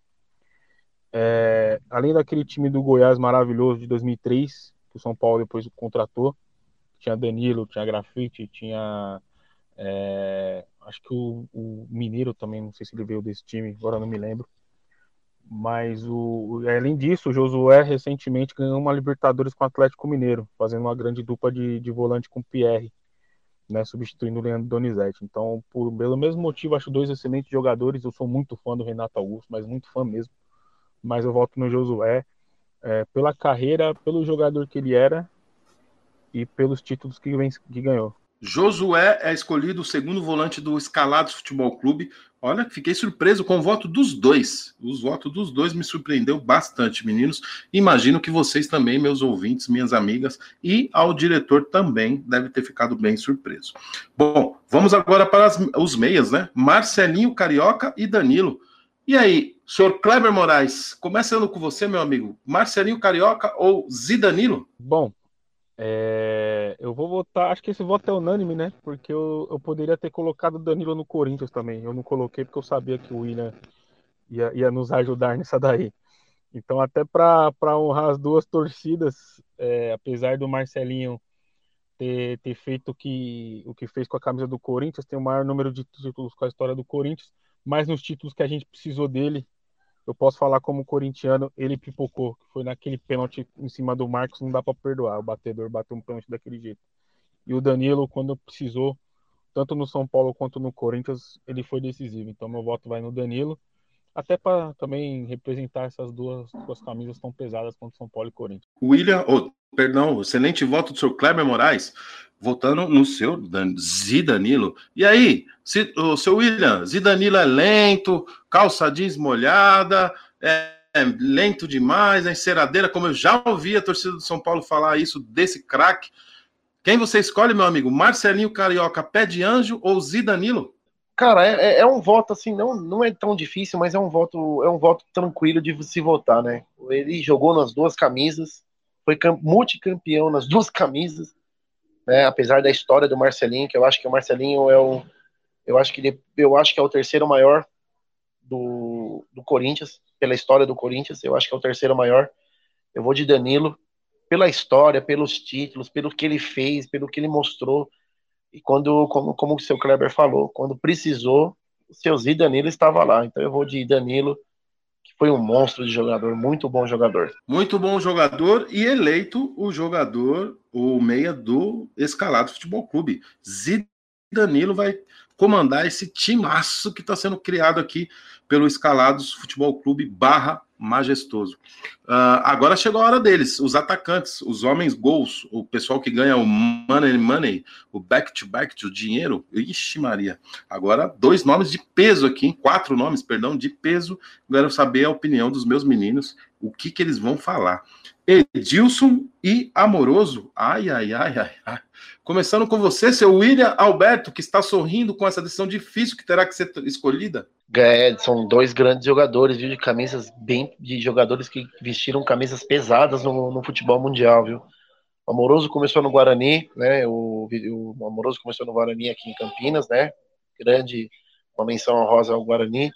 É, além daquele time do Goiás maravilhoso de dois mil e três, que o São Paulo depois contratou, tinha Danilo, tinha Grafite, tinha É, acho que o, o Mineiro também, não sei se ele veio desse time, agora não me lembro. Mas, o, além disso, o Josué recentemente ganhou uma Libertadores com o Atlético Mineiro, fazendo uma grande dupla de, de volante com o Pierre, né, substituindo o Leandro Donizete. Então, por, pelo mesmo motivo, acho dois excelentes jogadores. Eu sou muito fã do Renato Augusto, mas muito fã mesmo. Mas eu voto no Josué, é, pela carreira, pelo jogador que ele era e pelos títulos que, vem, que ganhou. Josué é escolhido o segundo volante do Escalados Futebol Clube. Olha, fiquei surpreso com o voto dos dois. Os votos dos dois me surpreendeu bastante, meninos. Imagino que vocês também, meus ouvintes, minhas amigas, e ao diretor também deve ter ficado bem surpreso. Bom, vamos agora para as, os meias, né? Marcelinho Carioca e Danilo. E aí, senhor Kleber Moraes, começando com você, meu amigo. Marcelinho Carioca ou Zidanilo? Bom, É, eu vou votar, acho que esse voto é unânime, né? Porque eu, eu poderia ter colocado o Danilo no Corinthians também. Eu não coloquei porque eu sabia que o William ia, ia nos ajudar nessa daí. Então, até para honrar as duas torcidas, é, apesar do Marcelinho ter, ter feito o que, o que fez com a camisa do Corinthians, tem o maior número de títulos com a história do Corinthians, mas nos títulos que a gente precisou dele, eu posso falar como corintiano, ele pipocou, que foi naquele pênalti em cima do Marcos, não dá para perdoar, o batedor bateu um pênalti daquele jeito. E o Danilo, quando precisou, tanto no São Paulo quanto no Corinthians, ele foi decisivo. Então meu voto vai no Danilo, até para também representar essas duas, duas camisas tão pesadas quanto São Paulo e Corinthians. William, oh, perdão, excelente voto do senhor Kleber Moraes, votando no seu Dan, Zidanilo. E aí, se, o seu William, Zidanilo é lento, calça jeans molhada, é, é lento demais, é enceradeira, como eu já ouvi a torcida do São Paulo falar isso desse craque. Quem você escolhe, meu amigo? Marcelinho Carioca, pé de anjo ou Zidanilo? Cara, é, é um voto assim, não, não é tão difícil, mas é um voto, é um voto tranquilo de se votar, né? Ele jogou nas duas camisas, foi multicampeão nas duas camisas, né? Apesar da história do Marcelinho, que eu acho que o Marcelinho é o, eu acho que ele, eu acho que é o terceiro maior do, do Corinthians, pela história do Corinthians, eu acho que é o terceiro maior. Eu vou de Danilo, pela história, pelos títulos, pelo que ele fez, pelo que ele mostrou. E quando, como, como o seu Kleber falou, quando precisou, o seu Zidanilo estava lá. Então eu vou de Danilo, que foi um monstro de jogador, muito bom jogador. Muito bom jogador e eleito o jogador, o meia do Escalado Futebol Clube. Zidanilo vai comandar esse timaço que está sendo criado aqui pelo Escalados Futebol Clube barra Majestoso. Uh, agora chegou a hora deles, os atacantes, os homens gols, o pessoal que ganha o money money, o back-to-back, o dinheiro. Ixi Maria. Agora dois nomes de peso aqui, quatro nomes, perdão, de peso. Quero saber a opinião dos meus meninos, o que, que eles vão falar. Edilson e Amoroso. Ai, ai, ai, ai, ai. Começando com você, seu William Alberto, que está sorrindo com essa decisão difícil que terá que ser escolhida. É, são dois grandes jogadores, viu, de camisas bem, de jogadores que vestiram camisas pesadas no, no futebol mundial, viu? O Amoroso começou no Guarani, né? O, o Amoroso começou no Guarani aqui em Campinas, né? Grande, uma menção honrosa ao Guarani.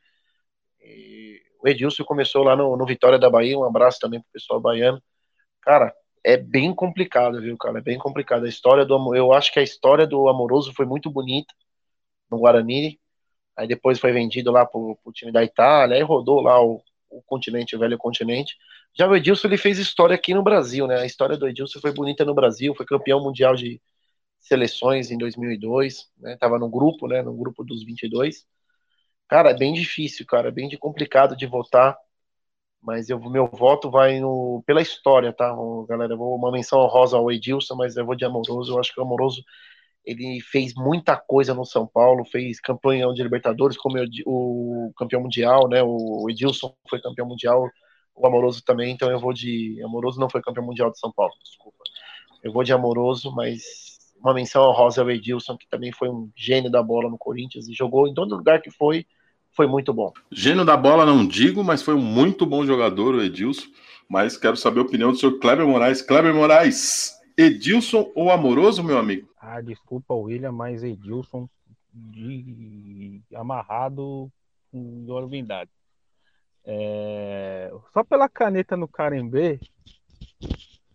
E o Edilson começou lá no, no Vitória da Bahia, um abraço também pro pessoal baiano. Cara, é bem complicado, viu, cara? É bem complicado. A história do, eu acho que a história do Amoroso foi muito bonita no Guarani. Aí depois foi vendido lá pro, pro time da Itália, aí rodou lá o, o continente, o velho continente. Já o Edilson, ele fez história aqui no Brasil, né? A história do Edilson foi bonita no Brasil, foi campeão mundial de seleções em dois mil e dois, né? Tava no grupo, né? No grupo dos vinte e dois. Cara, é bem difícil, cara, é bem de complicado de votar, mas eu, meu voto vai no, pela história, tá, galera? Eu vou uma menção honrosa ao Edilson, mas eu vou de Amoroso. Eu acho que o Amoroso, ele fez muita coisa no São Paulo, fez campeão de Libertadores, como eu, o campeão mundial, né? O Edilson foi campeão mundial, o Amoroso também, então eu vou de... Amoroso não foi campeão mundial de São Paulo, desculpa. Eu vou de Amoroso, mas uma menção honrosa ao Edilson, que também foi um gênio da bola no Corinthians e jogou em todo lugar que foi, foi muito bom. Gênio da bola não digo, mas foi um muito bom jogador o Edilson, mas quero saber a opinião do senhor Kleber Moraes. Kleber Moraes, Edilson ou Amoroso, meu amigo? Ah, desculpa, William, mas Edilson de amarrado com orvindade. É... Só pela caneta no Carembê,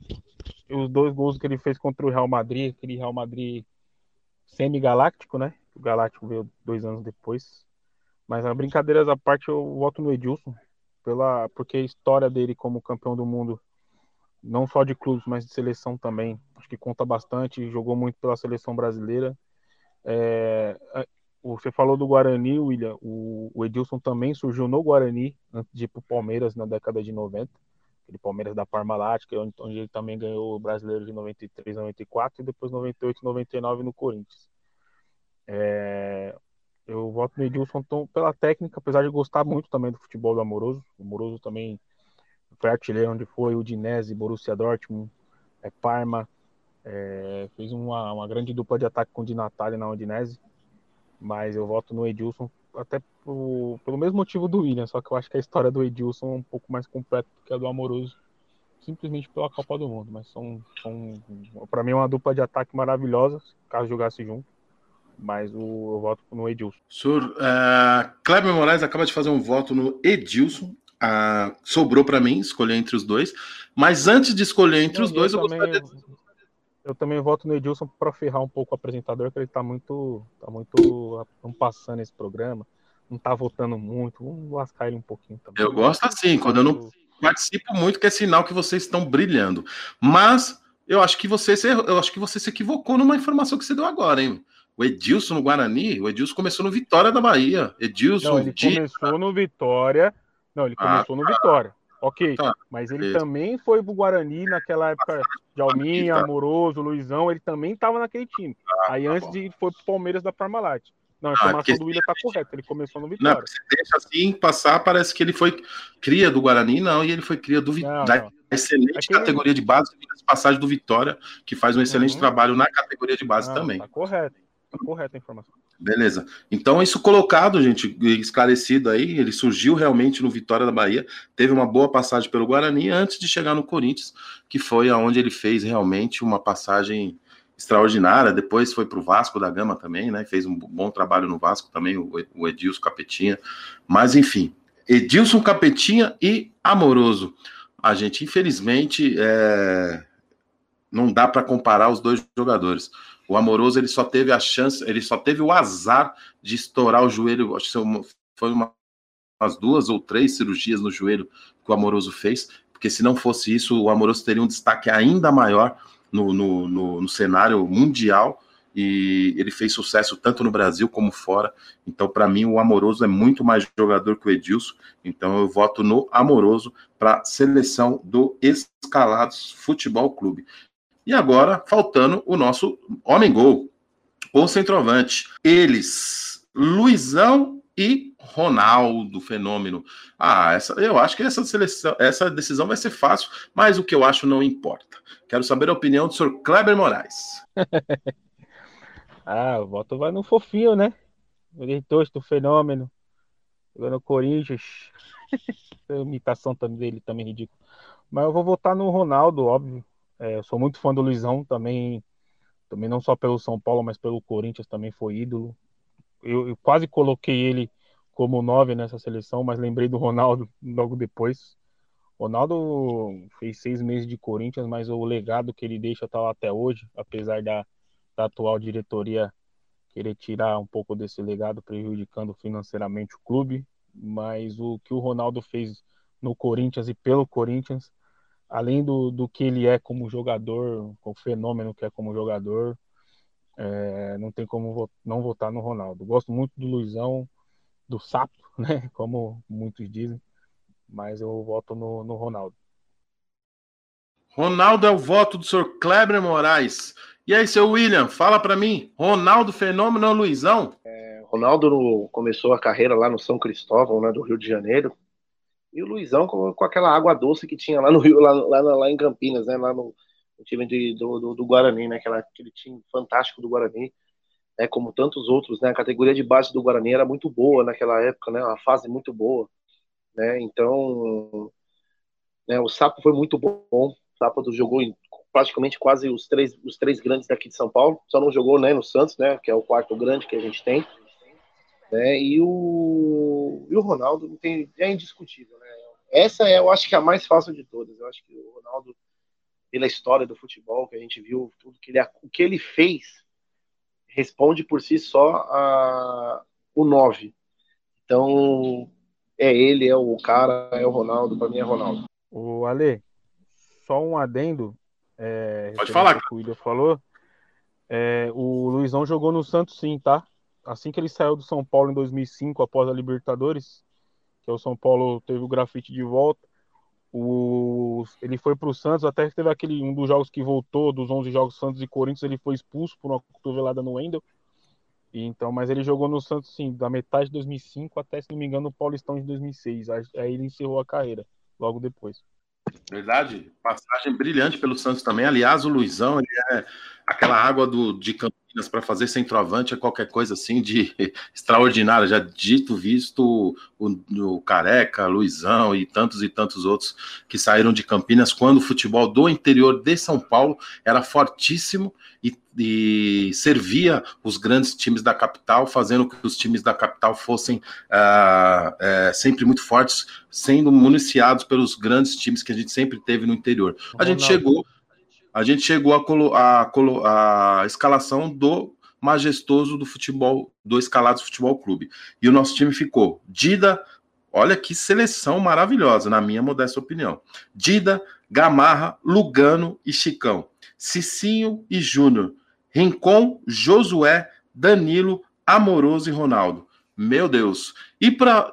os dois gols que ele fez contra o Real Madrid, aquele Real Madrid semi-galáctico, né? O Galáctico veio dois anos depois. Mas, a brincadeiras à parte, eu voto no Edilson, pela, porque a história dele como campeão do mundo, não só de clubes, mas de seleção também, acho que conta bastante. Jogou muito pela seleção brasileira. É, você falou do Guarani, William. O, o Edilson também surgiu no Guarani, antes de ir para o Palmeiras na década de noventa. Aquele Palmeiras da Parmalat, onde ele também ganhou o Brasileiro de noventa e três, noventa e quatro e depois noventa e oito, noventa e nove no Corinthians. É, eu voto no Edilson pela técnica, apesar de gostar muito também do futebol do Amoroso. O Amoroso também foi artilheiro onde foi Udinese, Borussia Dortmund, é, Parma. É, fez uma, uma grande dupla de ataque com o Di Natale na Udinese. Mas eu voto no Edilson até pro, pelo mesmo motivo do William, só que eu acho que a história do Edilson é um pouco mais completa do que a do Amoroso, simplesmente pela Copa do Mundo. Mas são, são para mim, é uma dupla de ataque maravilhosa, caso jogasse junto. Mas o, eu voto no Edilson. Senhor uh, Kleber Moraes acaba de fazer um voto no Edilson. Uh, sobrou para mim escolher entre os dois. Mas antes de escolher entre Não, os dois, eu, eu também, gostaria... Eu também voto no Edilson para ferrar um pouco o apresentador, que ele tá muito, tá muito passando esse programa. Não tá votando muito. Vamos lascar ele um pouquinho também. Eu gosto assim, quando eu não participo muito, que é sinal que vocês estão brilhando. Mas eu acho que você se, eu acho que você se equivocou numa informação que você deu agora, hein? O Edilson no Guarani, o Edilson começou no Vitória da Bahia. Edilson. Não, ele Dita. começou no Vitória. Não, ele começou ah, no Vitória. Ok, tá, mas ele beleza. também foi pro Guarani naquela época de Alminha, tá. Amoroso, Luizão, ele também estava naquele time. Ah, Aí tá antes bom. de foi pro Palmeiras da Parmalat. Não, a informação ah, do William tá correta, ele começou no Vitória. Não, você deixa assim passar, parece que ele foi cria do Guarani, não, e ele foi cria do Vitória. Da excelente Aquele... categoria de base, passagem do Vitória, que faz um excelente uhum. trabalho na categoria de base não, também. Tá correto, tá correta a informação. Beleza. Então, isso colocado, gente, esclarecido aí, ele surgiu realmente no Vitória da Bahia, teve uma boa passagem pelo Guarani antes de chegar no Corinthians, que foi aonde ele fez realmente uma passagem extraordinária. Depois foi para o Vasco da Gama também, né? Fez um bom trabalho no Vasco também, o Edilson Capetinha. Mas, enfim, Edilson Capetinha e Amoroso. A gente, infelizmente, é... não dá para comparar os dois jogadores. O Amoroso, ele só teve a chance, ele só teve o azar de estourar o joelho, acho que foi uma, umas duas ou três cirurgias no joelho que o Amoroso fez, porque se não fosse isso, o Amoroso teria um destaque ainda maior no, no, no, no cenário mundial, e ele fez sucesso tanto no Brasil como fora. Então, para mim, o Amoroso é muito mais jogador que o Edilson, então eu voto no Amoroso para a seleção do Escalados Futebol Clube. E agora, faltando o nosso homem-gol, o centroavante. Eles, Luizão e Ronaldo, fenômeno. Ah, essa, eu acho que essa seleção, essa decisão vai ser fácil, mas o que eu acho não importa. Quero saber a opinião do senhor Kleber Moraes. ah, o voto vai no fofinho, né? O diretor do fenômeno. Jogando no Corinthians. A imitação dele também é ridícula. Mas eu vou votar no Ronaldo, óbvio. É, eu sou muito fã do Luizão, também, também não só pelo São Paulo, mas pelo Corinthians também foi ídolo. Eu, eu quase coloquei ele como nove nessa seleção, mas lembrei do Ronaldo logo depois. Ronaldo fez seis meses de Corinthians, mas o legado que ele deixa está lá até hoje, apesar da, da atual diretoria querer tirar um pouco desse legado, prejudicando financeiramente o clube. Mas o que o Ronaldo fez no Corinthians e pelo Corinthians, além do, do que ele é como jogador, o fenômeno que é como jogador, é, não tem como não votar no Ronaldo. Gosto muito do Luizão, do Sapo, né? Como muitos dizem, mas eu voto no, no Ronaldo. Ronaldo é o voto do senhor Kleber Moraes. E aí, seu William, fala para mim, Ronaldo fenômeno ou Luizão? É, Ronaldo no, começou a carreira lá no São Cristóvão, né, do Rio de Janeiro. E o Luizão com, com aquela água doce que tinha lá no Rio, lá, lá, lá em Campinas, né? Lá no, no time de, do, do, do Guarani, né? Aquela, aquele time fantástico do Guarani, né? Como tantos outros, né? A categoria de base do Guarani era muito boa naquela época, né? Uma fase muito boa, né? Então, né? O Sapo foi muito bom. O Sapo jogou em praticamente quase os três, os três grandes daqui de São Paulo. Só não jogou, né? No Santos, né? Que é o quarto grande que a gente tem. Né? E, o, e o Ronaldo não tem, é indiscutível, né? Essa é, eu acho que é a mais fácil de todas. Eu acho que o Ronaldo, pela história do futebol que a gente viu, tudo que ele, o que ele fez responde por si só a, o nove. Então, é ele, é o cara, é o Ronaldo, para mim é Ronaldo. O Ale, só um adendo, é, Pode falar. O que o William falou, é, o Luizão jogou no Santos sim, tá? Assim que ele saiu do São Paulo em dois mil e cinco, após a Libertadores, que o São Paulo teve o grafite de volta, o, ele foi pro Santos, até que teve aquele, um dos jogos que voltou, dos onze jogos Santos e Corinthians, ele foi expulso por uma cotovelada no Wendel. E então, mas ele jogou no Santos sim, da metade de dois mil e cinco até, se não me engano, o Paulistão de dois mil e seis. Aí ele encerrou a carreira, logo depois. Verdade, passagem brilhante pelo Santos também. Aliás, o Luizão, ele é aquela água do, de Campinas para fazer centroavante, é qualquer coisa assim de extraordinária. Já dito, visto o, o Careca, Luizão e tantos e tantos outros que saíram de Campinas quando o futebol do interior de São Paulo era fortíssimo e, e servia os grandes times da capital, fazendo com que os times da capital fossem uh, uh, sempre muito fortes, sendo municiados pelos grandes times que a gente sempre teve no interior. A gente chegou, a gente chegou a, colo, a, colo, a escalação do majestoso do futebol, do Escalados Futebol Clube. E o nosso time ficou Dida, olha que seleção maravilhosa, na minha modesta opinião. Dida, Gamarra, Lugano e Chicão. Cicinho e Júnior. Rincon, Josué, Danilo, Amoroso e Ronaldo. Meu Deus. E para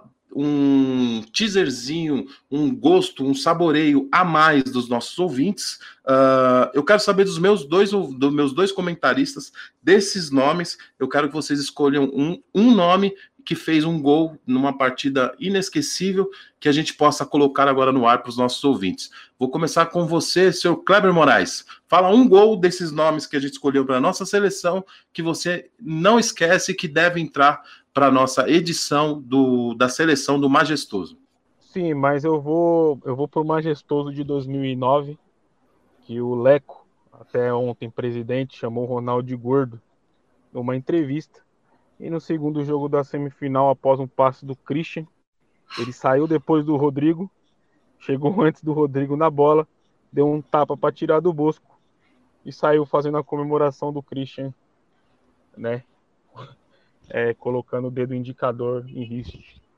um teaserzinho, um gosto, um saboreio a mais dos nossos ouvintes, uh, eu quero saber dos meus dois, dos meus dois comentaristas, desses nomes, eu quero que vocês escolham um, um nome que fez um gol numa partida inesquecível, que a gente possa colocar agora no ar para os nossos ouvintes. Vou começar com você, senhor Kleber Moraes. Fala um gol desses nomes que a gente escolheu para a nossa seleção, que você não esquece que deve entrar para a nossa edição do, da seleção do Majestoso. Sim, mas eu vou, eu vou para o Majestoso de dois mil e nove, que o Leco, até ontem presidente, chamou o Ronaldo de gordo numa entrevista. E no segundo jogo da semifinal, após um passe do Christian, ele saiu depois do Rodrigo, chegou antes do Rodrigo na bola, deu um tapa para tirar do Bosco e saiu fazendo a comemoração do Christian, né? É, colocando o dedo indicador em risco.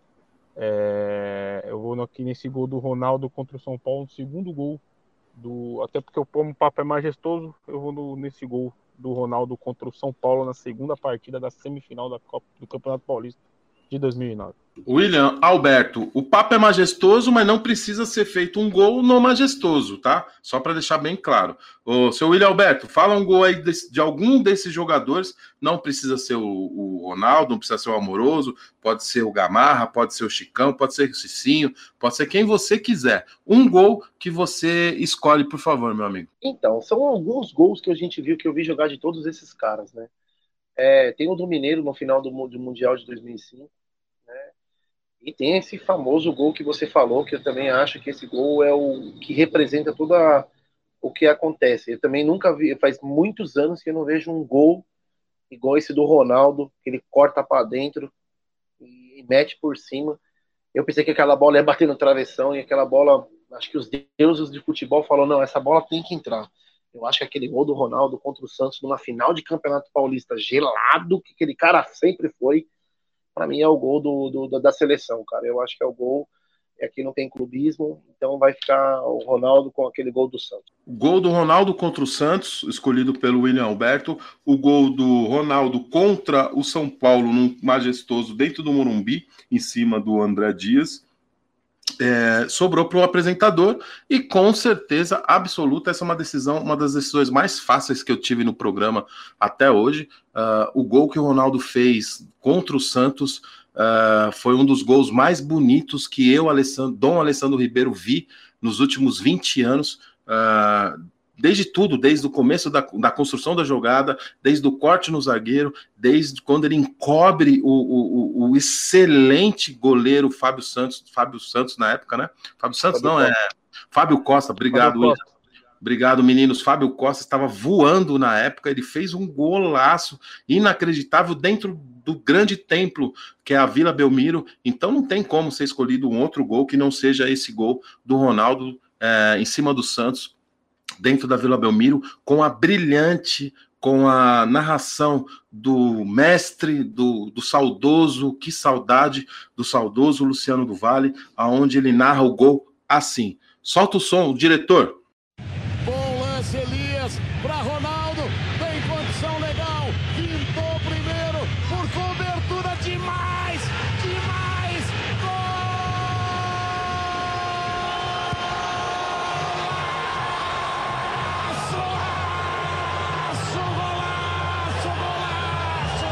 É, eu vou aqui nesse gol do Ronaldo contra o São Paulo, no segundo gol, do, até porque o papo é majestoso, eu vou no, nesse gol do Ronaldo contra o São Paulo na segunda partida da semifinal da Copa, do Campeonato Paulista de dois mil e nove. William Alberto, o papo é majestoso, mas não precisa ser feito um gol no majestoso, tá? Só para deixar bem claro. O seu William Alberto, fala um gol aí de, de algum desses jogadores, não precisa ser o, o Ronaldo, não precisa ser o Amoroso, pode ser o Gamarra, pode ser o Chicão, pode ser o Cicinho, pode ser quem você quiser. Um gol que você escolhe, por favor, meu amigo. Então, são alguns gols que a gente viu, que eu vi jogar de todos esses caras, né? É, tem o do Mineiro no final do, do Mundial de dois mil e cinco, né? E tem esse famoso gol que você falou, que eu também acho que esse gol é o que representa tudo a, o que acontece. Eu também nunca vi, faz muitos anos que eu não vejo um gol igual esse do Ronaldo, que ele corta para dentro e, e mete por cima. Eu pensei que aquela bola ia bater no travessão, e aquela bola, acho que os deuses de futebol falaram, não, essa bola tem que entrar. Eu acho que aquele gol do Ronaldo contra o Santos numa final de Campeonato Paulista gelado, que aquele cara sempre foi, para mim é o gol do, do, da seleção, cara. Eu acho que é o gol, aqui não tem clubismo, então vai ficar o Ronaldo com aquele gol do Santos. O gol do Ronaldo contra o Santos, escolhido pelo William Alberto, o gol do Ronaldo contra o São Paulo, num majestoso dentro do Morumbi, em cima do André Dias. É, sobrou para o apresentador e com certeza absoluta essa é uma decisão, uma das decisões mais fáceis que eu tive no programa até hoje. Uh, o gol que o Ronaldo fez contra o Santos uh, foi um dos gols mais bonitos que eu, Alessandro, Dom Alessandro Ribeiro, vi nos últimos vinte anos. Uh, Desde tudo, desde o começo da, da construção da jogada, desde o corte no zagueiro, desde quando ele encobre o, o, o excelente goleiro Fábio Santos, Fábio Santos na época, né? Fábio Santos Fábio não, Costa. é Fábio Costa, obrigado, Fábio Costa. Obrigado, meninos. Fábio Costa estava voando na época, ele fez um golaço inacreditável dentro do grande templo que é a Vila Belmiro, então não tem como ser escolhido um outro gol que não seja esse gol do Ronaldo é, em cima do Santos, dentro da Vila Belmiro, com a brilhante, com a narração do mestre, do, do saudoso, que saudade, do saudoso Luciano do Vale, aonde ele narra o gol assim. Solta o som, diretor. Bom lance, Elias, para Ronaldo, tem condição legal, pintou primeiro, por cobertura demais, demais, golaço, golaço, golaço,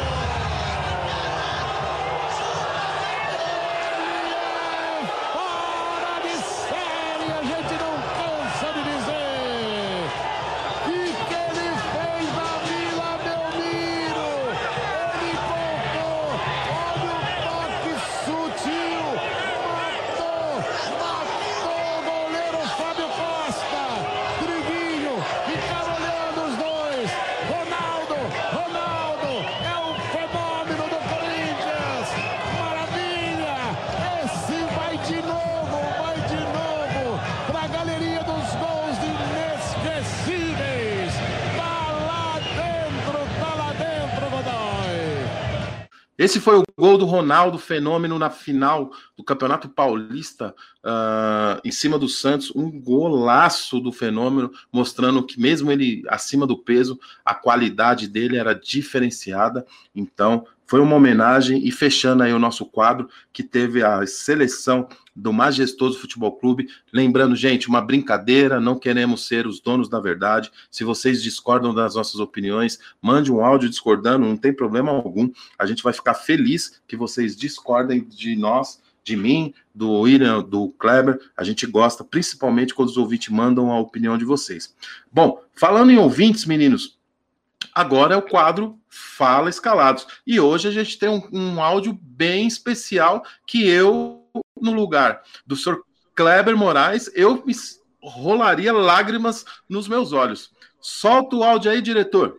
fora de série, a gente não cansa de dizer. E que ele fez na Vila Belmiro, ele voltou, olha o toque sutil, matou, matou o goleiro Fábio Costa, Triguinho, ficaram olhando os dois, Ronaldo, Ronaldo, é o fenômeno do Corinthians, maravilha, esse vai de novo, vai de novo, pra galeria dos gols inesquecíveis, tá lá dentro, tá lá dentro, Godoy. Esse foi o gol do Ronaldo Fenômeno na final do Campeonato Paulista, uh, em cima do Santos, um golaço do Fenômeno, mostrando que mesmo ele acima do peso, a qualidade dele era diferenciada. Então foi uma homenagem, e fechando aí o nosso quadro, que teve a seleção do Majestoso Futebol Clube. Lembrando, gente, uma brincadeira, não queremos ser os donos da verdade. Se vocês discordam das nossas opiniões, mande um áudio discordando, não tem problema algum. A gente vai ficar feliz que vocês discordem de nós, de mim, do William, do Kleber. A gente gosta, principalmente quando os ouvintes mandam a opinião de vocês. Bom, falando em ouvintes, meninos, agora é o quadro Fala Escalados. E hoje a gente tem um, um áudio bem especial que eu, no lugar do senhor Kleber Moraes, eu me rolaria lágrimas nos meus olhos. Solta o áudio aí, diretor.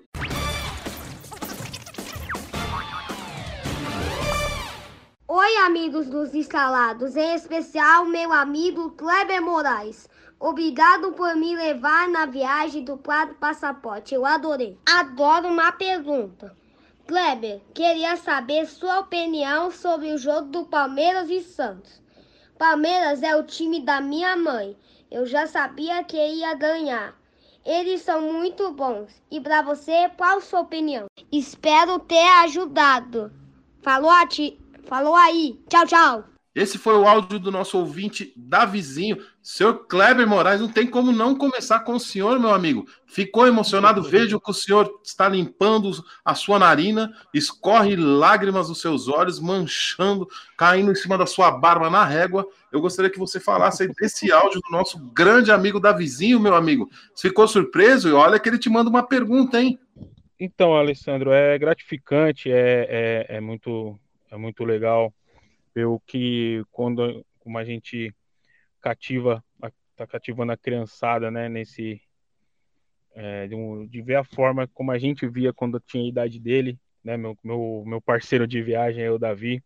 Oi, amigos dos Escalados, em especial meu amigo Kleber Moraes. Obrigado por me levar na viagem do quadro Passaporte, eu adorei. Adoro uma pergunta. Kleber, queria saber sua opinião sobre o jogo do Palmeiras e Santos. Palmeiras é o time da minha mãe, eu já sabia que ia ganhar. Eles são muito bons. E para você, qual sua opinião? Espero ter ajudado. Falou, ati... Falou aí. Tchau, tchau. Esse foi o áudio do nosso ouvinte Davizinho. Senhor Kleber Moraes, não tem como não começar com o senhor, meu amigo. Ficou emocionado? Vejo que o senhor está limpando a sua narina, escorre lágrimas dos seus olhos, manchando, caindo em cima da sua barba na régua. Eu gostaria que você falasse desse áudio do nosso grande amigo Davizinho, meu amigo. Você ficou surpreso? E olha que ele te manda uma pergunta, hein? Então, Alessandro, é gratificante, é, é, é, muito, é muito legal ver o que, quando como a gente cativa, tá cativando a criançada, né, nesse, é, de, um, de ver a forma como a gente via quando tinha a idade dele, né, meu, meu, meu parceiro de viagem é o Davi.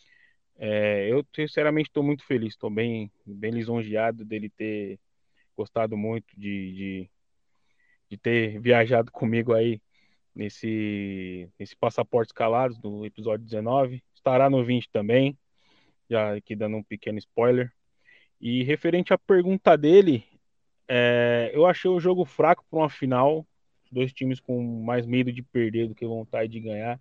É, eu, sinceramente, estou muito feliz, estou bem, bem lisonjeado dele ter gostado muito de, de, de ter viajado comigo aí nesse, nesse Passaporte Escalados, no episódio dezenove, estará no vinte também, já aqui dando um pequeno spoiler. E referente à pergunta dele, é, eu achei o jogo fraco para uma final, dois times com mais medo de perder do que vontade de ganhar,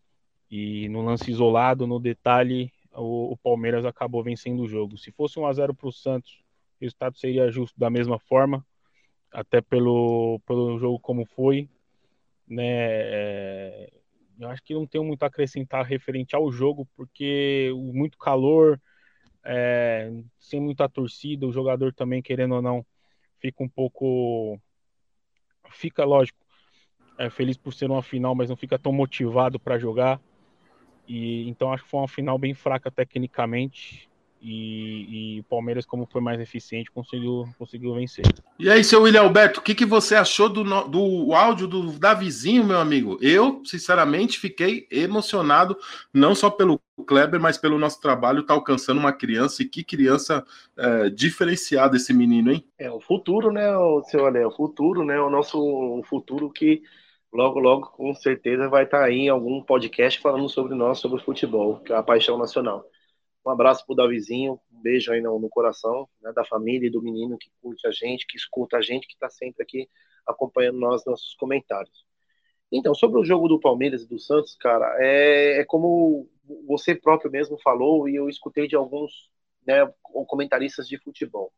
e no lance isolado, no detalhe, o, o Palmeiras acabou vencendo o jogo. Se fosse um a zero para o Santos, o resultado seria justo da mesma forma, até pelo, pelo jogo como foi, né? É, eu acho que não tenho muito a acrescentar referente ao jogo, porque muito calor, é, sem muita torcida, o jogador também, querendo ou não, fica um pouco, fica, lógico, é, feliz por ser uma final, mas não fica tão motivado para jogar. E então acho que foi uma final bem fraca tecnicamente, e, e o Palmeiras, como foi mais eficiente, conseguiu, conseguiu vencer. E aí, seu William Alberto, o que, que você achou do, do áudio do Davizinho, meu amigo? Eu, sinceramente, fiquei emocionado, não só pelo Kleber, mas pelo nosso trabalho, tá alcançando uma criança, e que criança é, diferenciada esse menino, hein? É o futuro, né, o seu Ale, o futuro, né, o nosso futuro que Logo, logo, com certeza, vai estar aí em algum podcast falando sobre nós, sobre futebol, que é a paixão nacional. Um abraço pro Davizinho, um beijo aí no, no coração, né, da família e do menino que curte a gente, que escuta a gente, que está sempre aqui acompanhando nós, nossos comentários. Então, sobre o jogo do Palmeiras e do Santos, cara, é, é como você próprio mesmo falou e eu escutei de alguns, né, comentaristas de futebol.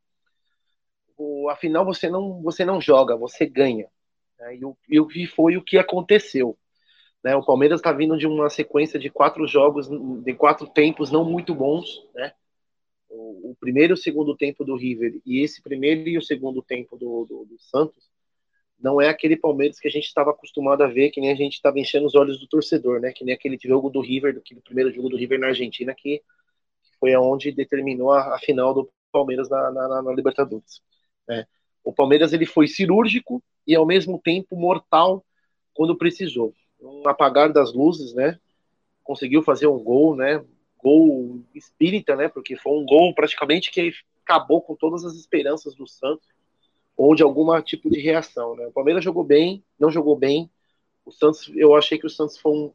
O, afinal, você não, você não joga, você ganha. Né, e, o, e o que foi o que aconteceu. Né, o Palmeiras está vindo de uma sequência de quatro jogos, de quatro tempos não muito bons, né? O, o primeiro e o segundo tempo do River e esse primeiro e o segundo tempo do, do, do Santos não é aquele Palmeiras que a gente estava acostumado a ver, que nem a gente estava enchendo os olhos do torcedor, né? Que nem aquele jogo do River, aquele primeiro jogo do River na Argentina, que foi aonde determinou a, a final do Palmeiras na, na, na Libertadores. Né? O Palmeiras ele foi cirúrgico e ao mesmo tempo mortal quando precisou. Um apagar das luzes, né? Conseguiu fazer um gol, né? Gol espírita, né? Porque foi um gol praticamente que acabou com todas as esperanças do Santos ou de algum tipo de reação, né? O Palmeiras jogou bem, não jogou bem. O Santos, eu achei que o Santos foi um,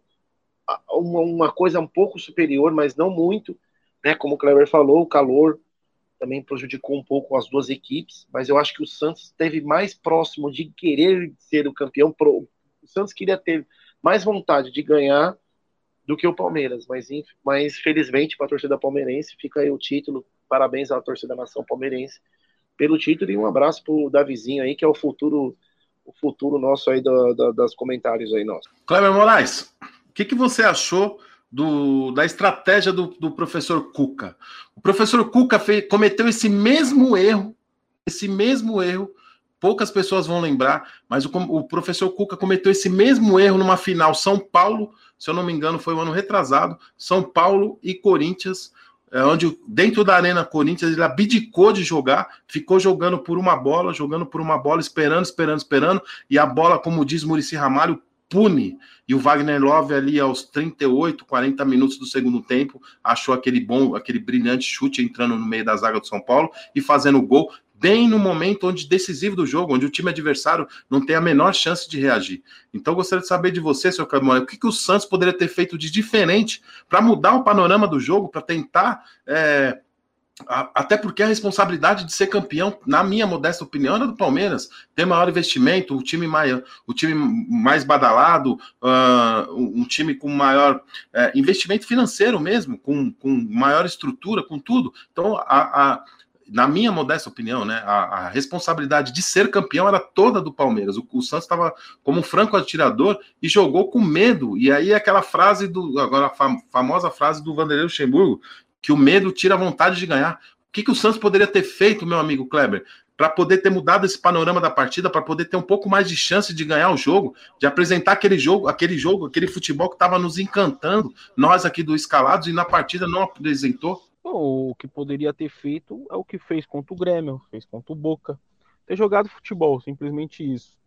uma, uma coisa um pouco superior, mas não muito, né? Como o Kleber falou, o calor também prejudicou um pouco as duas equipes, mas eu acho que o Santos esteve mais próximo de querer ser o campeão. Pro, o Santos queria ter mais vontade de ganhar do que o Palmeiras, mas, mas felizmente para a torcida palmeirense fica aí o título. Parabéns à torcida da nação palmeirense pelo título e um abraço pro Davizinho aí, que é o futuro o futuro nosso aí da, da, das comentários aí nosso. Kleber Moraes, o que, que você achou do, da estratégia do, do professor Cuca? O professor Cuca fez, cometeu esse mesmo erro, esse mesmo erro, poucas pessoas vão lembrar, mas o, o professor Cuca cometeu esse mesmo erro numa final São Paulo, se eu não me engano foi um ano retrasado, São Paulo e Corinthians, onde dentro da Arena Corinthians ele abdicou de jogar, ficou jogando por uma bola, jogando por uma bola, esperando, esperando, esperando, e a bola, como diz Muricy Ramalho, pune. E o Wagner Love ali aos trinta e oito, quarenta minutos do segundo tempo, achou aquele bom, aquele brilhante chute entrando no meio da zaga do São Paulo e fazendo o gol, bem no momento onde decisivo do jogo, onde o time adversário não tem a menor chance de reagir. Então eu gostaria de saber de você, senhor Camões, o que, que o Santos poderia ter feito de diferente para mudar o panorama do jogo, para tentar... É, a, até porque a responsabilidade de ser campeão, na minha modesta opinião, era do Palmeiras. Ter maior investimento, o time mais, o time mais badalado, uh, um time com maior uh, investimento financeiro mesmo, com, com maior estrutura, com tudo. Então, a... a na minha modesta opinião, né, a, a responsabilidade de ser campeão era toda do Palmeiras. O, o Santos estava como um franco atirador e jogou com medo. E aí aquela frase do, agora a fam, famosa frase do Vanderlei Luxemburgo, que o medo tira a vontade de ganhar. O que, que o Santos poderia ter feito, meu amigo Kleber, para poder ter mudado esse panorama da partida, para poder ter um pouco mais de chance de ganhar o jogo, de apresentar aquele jogo, aquele jogo, aquele futebol que estava nos encantando, nós aqui do Escalados, e na partida não apresentou? O que poderia ter feito é o que fez contra o Grêmio, fez contra o Boca. Ter jogado futebol, simplesmente isso.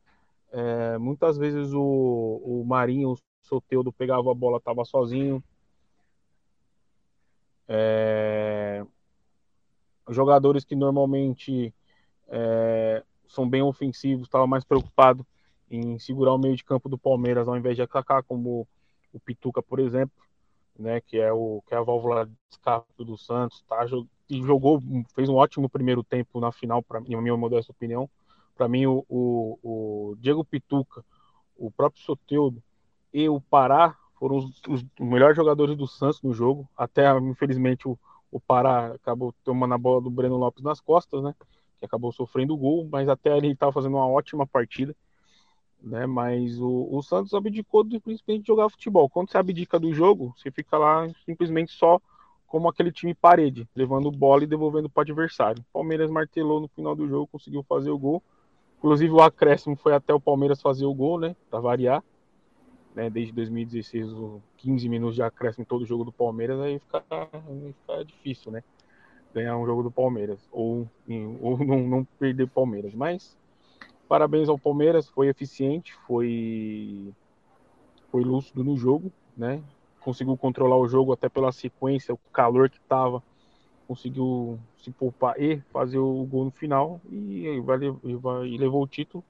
É, muitas vezes o, o Marinho, o Soteldo, pegava a bola, estava sozinho. É, jogadores que normalmente é, são bem ofensivos, estavam mais preocupados em segurar o meio de campo do Palmeiras ao invés de atacar, como o Pituca, por exemplo. Né, que é o que é a válvula de escape do Santos, tá? E jogou, fez um ótimo primeiro tempo na final, para na minha modesta opinião. Para mim, o, o, o Diego Pituca, o próprio Soteldo e o Pará foram os, os melhores jogadores do Santos no jogo. Até, infelizmente, o, o Pará acabou tomando a bola do Breno Lopes nas costas, né? Que acabou sofrendo o gol, mas até ele estava fazendo uma ótima partida. Né, mas o, o Santos abdicou de simplesmente jogar futebol. Quando você abdica do jogo, você fica lá simplesmente só como aquele time parede, levando bola e devolvendo para o adversário. O Palmeiras martelou no final do jogo, conseguiu fazer o gol. Inclusive o acréscimo foi até o Palmeiras fazer o gol, né, para variar. Né, desde dois mil e dezesseis, quinze minutos de acréscimo em todo jogo do Palmeiras, aí fica, aí fica difícil, né, ganhar um jogo do Palmeiras ou, ou não, não perder o Palmeiras. Mas parabéns ao Palmeiras, foi eficiente, foi, foi lúcido no jogo, né? Conseguiu controlar o jogo até pela sequência, o calor que estava, conseguiu se poupar e fazer o gol no final e, vai, e, vai, e levou o título.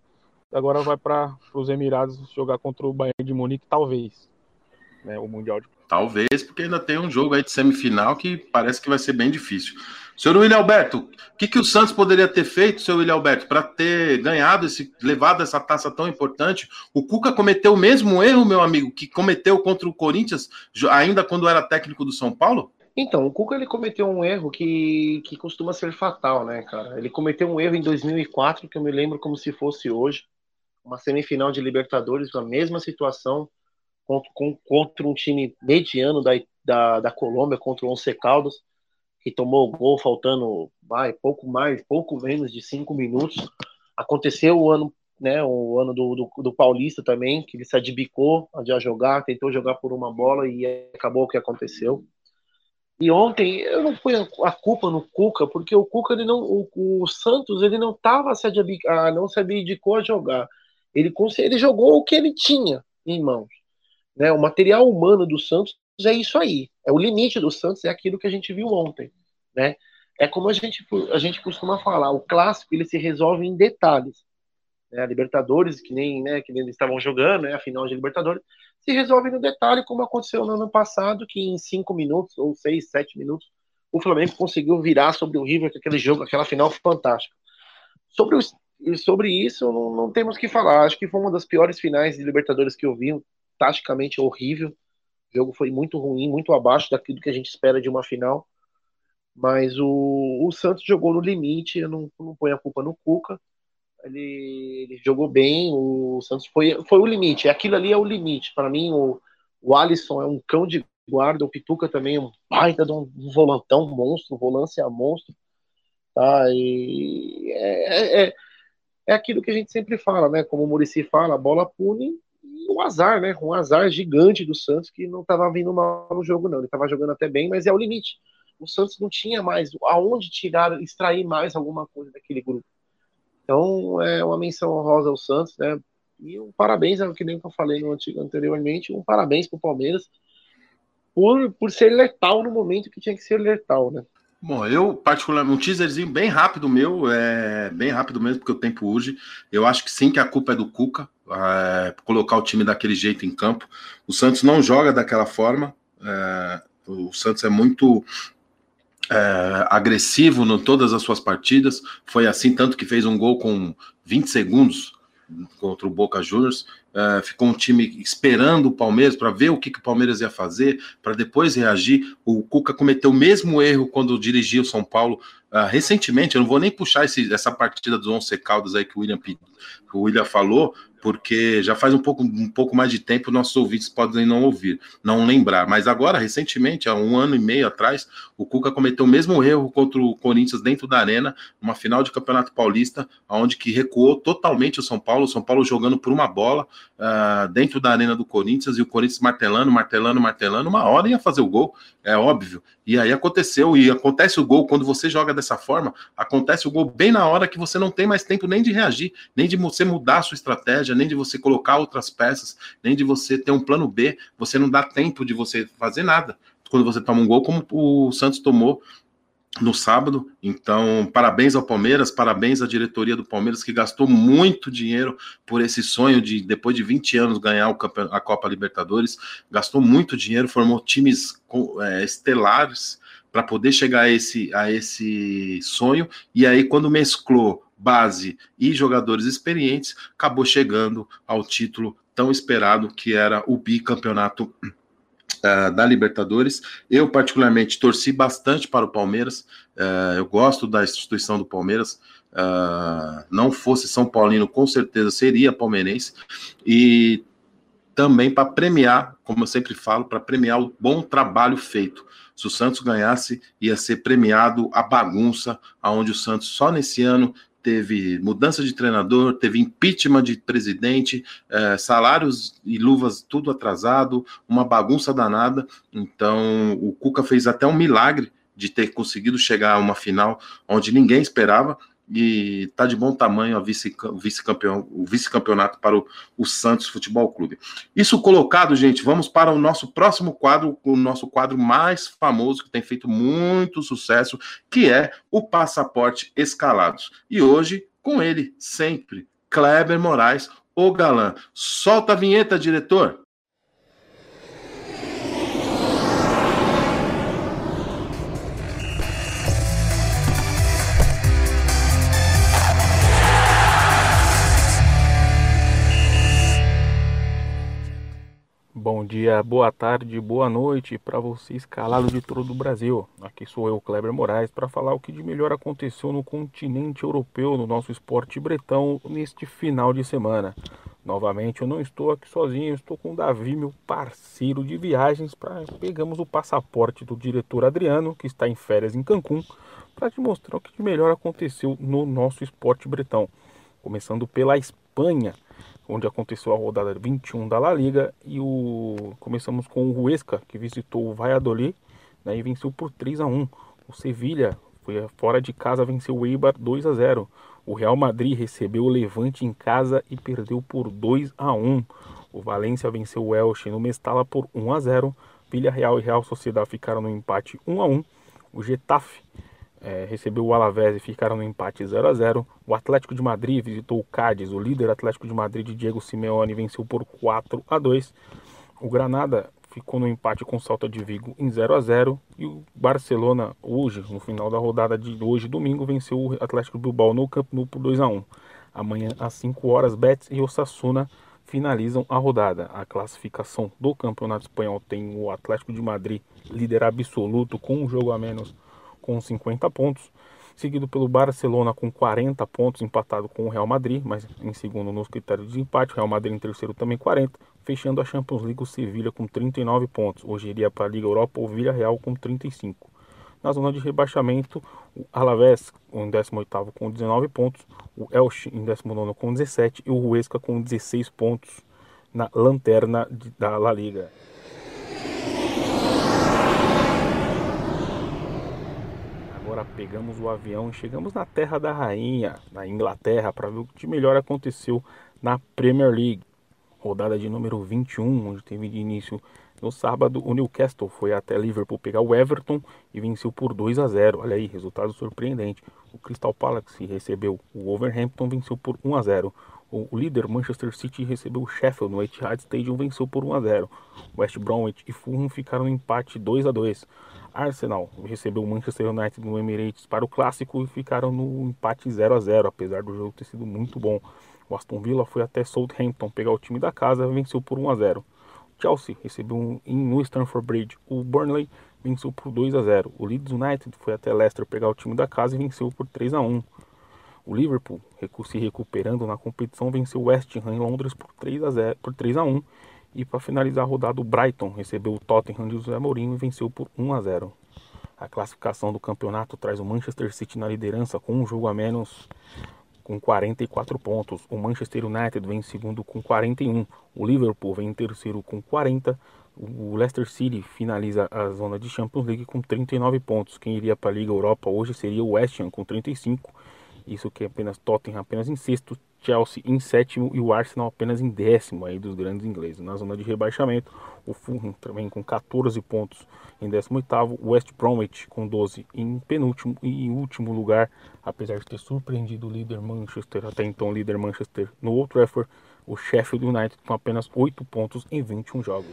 agora vai para os Emirados jogar contra o Bayern de Munique, talvez, né, o Mundial de... Talvez, porque ainda tem um jogo aí de semifinal que parece que vai ser bem difícil. Senhor William Alberto, o que, que o Santos poderia ter feito, senhor William Alberto, para ter ganhado, esse, levado essa taça tão importante? O Cuca cometeu o mesmo erro, meu amigo, que cometeu contra o Corinthians, ainda quando era técnico do São Paulo? Então, o Cuca ele cometeu um erro que, que costuma ser fatal, né, cara? Ele cometeu um erro em dois mil e quatro, que eu me lembro como se fosse hoje, uma semifinal de Libertadores, a mesma situação, contra, contra um time mediano da, da, da Colômbia, contra o Once Caldas, que tomou o gol faltando vai, pouco mais, pouco menos de cinco minutos. Aconteceu o ano, né, o ano do, do, do Paulista também, que ele se adbicou a jogar, tentou jogar por uma bola e acabou o que aconteceu. E ontem eu não ponho a culpa no Cuca, porque o Cuca, ele não, o, o Santos, ele não estava se adbicando, não se abdicou a jogar. Ele, ele jogou o que ele tinha em mãos. Né? O material humano do Santos é isso aí. É o limite do Santos, é aquilo que a gente viu ontem. Né? É como a gente, a gente costuma falar, o clássico ele se resolve em detalhes. Né? A Libertadores, que nem, né, que nem eles estavam jogando, né, a final de Libertadores, se resolve no detalhe, como aconteceu no ano passado, que em cinco minutos, ou seis, sete minutos, o Flamengo conseguiu virar sobre o River, aquele jogo, aquela final fantástica. Sobre, o, sobre isso, não, não temos que falar. Acho que foi uma das piores finais de Libertadores que eu vi, taticamente horrível. O jogo foi muito ruim, muito abaixo daquilo que a gente espera de uma final. Mas o, o Santos jogou no limite, eu não, não ponho a culpa no Cuca. Ele, ele jogou bem, o Santos foi, foi o limite, aquilo ali é o limite. Para mim, o, o Alisson é um cão de guarda, o Pituca também é um baita de um volantão monstro, volância monstro, tá? E é, é, é aquilo que a gente sempre fala, né? Como o Muricy fala, a bola pune e o azar, né? Um azar gigante do Santos que não estava vindo mal no jogo, não. Ele estava jogando até bem, mas é o limite. O Santos não tinha mais aonde tirar, extrair mais alguma coisa daquele grupo. Então, é uma menção honrosa ao Santos, né? E um parabéns, que nem eu falei no antigo, anteriormente, um parabéns para o Palmeiras por, por ser letal no momento que tinha que ser letal, né? Bom, eu, particularmente, um teaserzinho bem rápido meu, é bem rápido mesmo, porque o tempo urge. Eu acho que sim, que a culpa é do Cuca, é, colocar o time daquele jeito em campo. O Santos não joga daquela forma, é, o Santos é muito... É, agressivo em todas as suas partidas, foi assim, tanto que fez um gol com vinte segundos contra o Boca Juniors, é, ficou um time esperando o Palmeiras para ver o que, que o Palmeiras ia fazer, para depois reagir. O Cuca cometeu o mesmo erro quando dirigia o São Paulo, uh, recentemente. Eu não vou nem puxar esse, essa partida dos Once Caldas aí que o William, que o William falou, porque já faz um pouco, um pouco mais de tempo, nossos ouvintes podem não ouvir, não lembrar, mas agora, recentemente, há um ano e meio atrás, o Cuca cometeu o mesmo erro contra o Corinthians dentro da arena, numa final de Campeonato Paulista, onde que recuou totalmente o São Paulo, o São Paulo jogando por uma bola, uh, dentro da arena do Corinthians, e o Corinthians martelando, martelando, martelando, uma hora ia fazer o gol, é óbvio, e aí aconteceu, e acontece o gol, quando você joga dessa forma, acontece o gol bem na hora que você não tem mais tempo nem de reagir, nem de você mudar a sua estratégia, nem de você colocar outras peças, nem de você ter um plano B, você não dá tempo de você fazer nada, quando você toma um gol, como o Santos tomou no sábado. Então, parabéns ao Palmeiras, parabéns à diretoria do Palmeiras, que gastou muito dinheiro por esse sonho de, depois de vinte anos, ganhar o campe... a Copa Libertadores, gastou muito dinheiro, formou times é, estelares para poder chegar a esse, a esse sonho, e aí quando mesclou base e jogadores experientes, acabou chegando ao título tão esperado, que era o bicampeonato Uh, da Libertadores. Eu particularmente torci bastante para o Palmeiras, uh, eu gosto da instituição do Palmeiras, uh, não fosse São Paulino, com certeza seria palmeirense, e também para premiar, como eu sempre falo, para premiar o bom trabalho feito. Se o Santos ganhasse, ia ser premiado a bagunça, aonde o Santos só nesse ano teve mudança de treinador, teve impeachment de presidente, é, salários e luvas tudo atrasado, uma bagunça danada. Então o Cuca fez até um milagre de ter conseguido chegar a uma final onde ninguém esperava, e está de bom tamanho a vice, vice-campeão, o vice-campeonato para o, o Santos Futebol Clube. Isso colocado, gente, vamos para o nosso próximo quadro, o nosso quadro mais famoso, que tem feito muito sucesso, que é o Passaporte Escalados. E hoje, com ele, sempre, Kleber Moraes, o galã. Solta a vinheta, diretor. Bom dia, boa tarde, boa noite para você escalado de todo o Brasil. Aqui sou eu, Kleber Moraes, para falar o que de melhor aconteceu no continente europeu, no nosso esporte bretão, neste final de semana. Novamente, eu não estou aqui sozinho, estou com o Davi, meu parceiro de viagens, para pegamos o passaporte do diretor Adriano, que está em férias em Cancún, para te mostrar o que de melhor aconteceu no nosso esporte bretão. Começando pela Espanha, onde aconteceu a rodada vinte e um da La Liga, e o... começamos com o Huesca, que visitou o Valladolid, né, e venceu por três a um. O Sevilla foi fora de casa, venceu o Eibar dois a zero. O Real Madrid recebeu o Levante em casa e perdeu por dois a um. O Valência venceu o Elche no Mestalla por um a zero. Villarreal e Real Sociedad ficaram no empate um a um. O Getafe É, recebeu o Alavés e ficaram no empate zero a zero. O Atlético de Madrid visitou o Cádiz. O líder Atlético de Madrid de Diego Simeone venceu por quatro a dois. O Granada ficou no empate com o Celta de Vigo em zero a zero. E o Barcelona, hoje, no final da rodada de hoje, domingo, venceu o Atlético de Bilbao no Camp Nou por dois a um. Amanhã, às cinco horas, Betis e Osasuna finalizam a rodada. A classificação do Campeonato Espanhol tem o Atlético de Madrid, líder absoluto, com um jogo a menos, com cinquenta pontos, seguido pelo Barcelona com quarenta pontos, empatado com o Real Madrid, mas em segundo nos critérios de empate. O Real Madrid em terceiro também quarenta, fechando a Champions League o Sevilla com trinta e nove pontos. Hoje iria para a Liga Europa o Villarreal com trinta e cinco. Na zona de rebaixamento, o Alavés em décimo oitavo com dezenove pontos, o Elche em décimo nono com dezessete e o Huesca com dezesseis pontos na lanterna de, da La Liga. Agora pegamos o avião e chegamos na Terra da Rainha, na Inglaterra, para ver o que de melhor aconteceu na Premier League. Rodada de número vinte e um, onde teve de início no sábado, o Newcastle foi até Liverpool pegar o Everton e venceu por dois a zero. Olha aí, resultado surpreendente. O Crystal Palace recebeu o Wolverhampton, venceu por um a zero. O líder Manchester City recebeu o Sheffield no Etihad Stadium, venceu por um a zero. West Bromwich e Fulham ficaram no empate dois a dois. Arsenal recebeu o Manchester United no Emirates para o clássico e ficaram no empate zero a zero, apesar do jogo ter sido muito bom. O Aston Villa foi até Southampton pegar o time da casa e venceu por um a zero. Chelsea recebeu um, no Stamford Bridge o Burnley, venceu por dois a zero. O Leeds United foi até Leicester pegar o time da casa e venceu por três a um. O Liverpool, se recuperando na competição, venceu o West Ham em Londres por três a um. E para finalizar a rodada, o Brighton recebeu o Tottenham de José Mourinho e venceu por um a zero. A classificação do campeonato traz o Manchester City na liderança com um jogo a menos, com quarenta e quatro pontos. O Manchester United vem em segundo com quarenta e um. O Liverpool vem em terceiro com quarenta. O Leicester City finaliza a zona de Champions League com trinta e nove pontos. Quem iria para a Liga Europa hoje seria o West Ham com trinta e cinco. Isso que é apenas Tottenham apenas em sexto, Chelsea em sétimo e o Arsenal apenas em décimo aí dos grandes ingleses. Na zona de rebaixamento, o Fulham também com catorze pontos em décimo oitavo, o West Bromwich com doze em penúltimo e em último lugar, apesar de ter surpreendido o líder Manchester, até então líder Manchester no Old Trafford, o Sheffield United com apenas oito pontos em vinte e um jogos.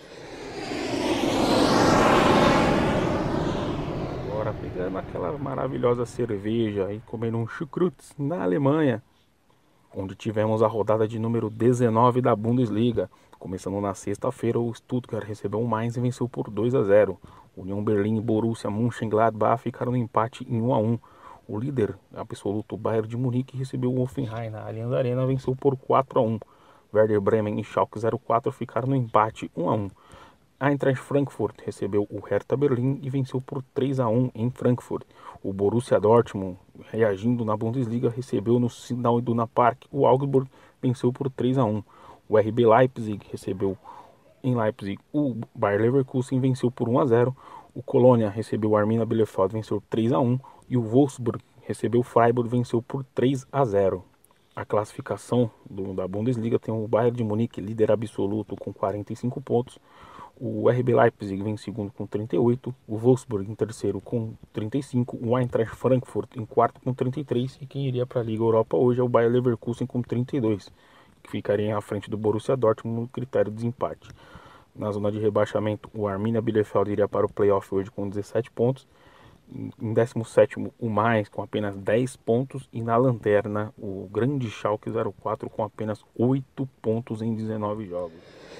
Agora pegando aquela maravilhosa cerveja e comendo um chucrutes na Alemanha, onde tivemos a rodada de número dezenove da Bundesliga. Começando na sexta-feira, o Stuttgart recebeu o Mainz e venceu por dois a zero. União Berlim e Borussia Mönchengladbach ficaram no empate em um a um. O líder absoluto, o Bayern de Munique, recebeu o Hoffenheim na Allianz Arena e venceu por quatro a um. Werder Bremen e Schalke zero quatro ficaram no empate um a um. A Eintracht Frankfurt recebeu o Hertha Berlim e venceu por três a um em Frankfurt. O Borussia Dortmund, reagindo na Bundesliga, recebeu no Signal Iduna Park o Augsburg, venceu por três a um. O R B Leipzig recebeu em Leipzig o Bayer Leverkusen, venceu por um a zero. O Colônia recebeu o Arminia Bielefeld, venceu três a um. E o Wolfsburg recebeu o Freiburg, venceu por três a zero. A classificação do, da Bundesliga tem o Bayern de Munique, líder absoluto, com quarenta e cinco pontos. O R B Leipzig vem em segundo com trinta e oito, o Wolfsburg em terceiro com trinta e cinco, o Eintracht Frankfurt em quarto com trinta e três, e quem iria para a Liga Europa hoje é o Bayer Leverkusen com trinta e dois, que ficaria à frente do Borussia Dortmund no critério de desempate. Na zona de rebaixamento, o Arminia Bielefeld iria para o playoff hoje com dezessete pontos, em décimo sétimo o Mainz com apenas dez pontos, e na lanterna o grande Schalke zero quatro com apenas oito pontos em dezenove jogos.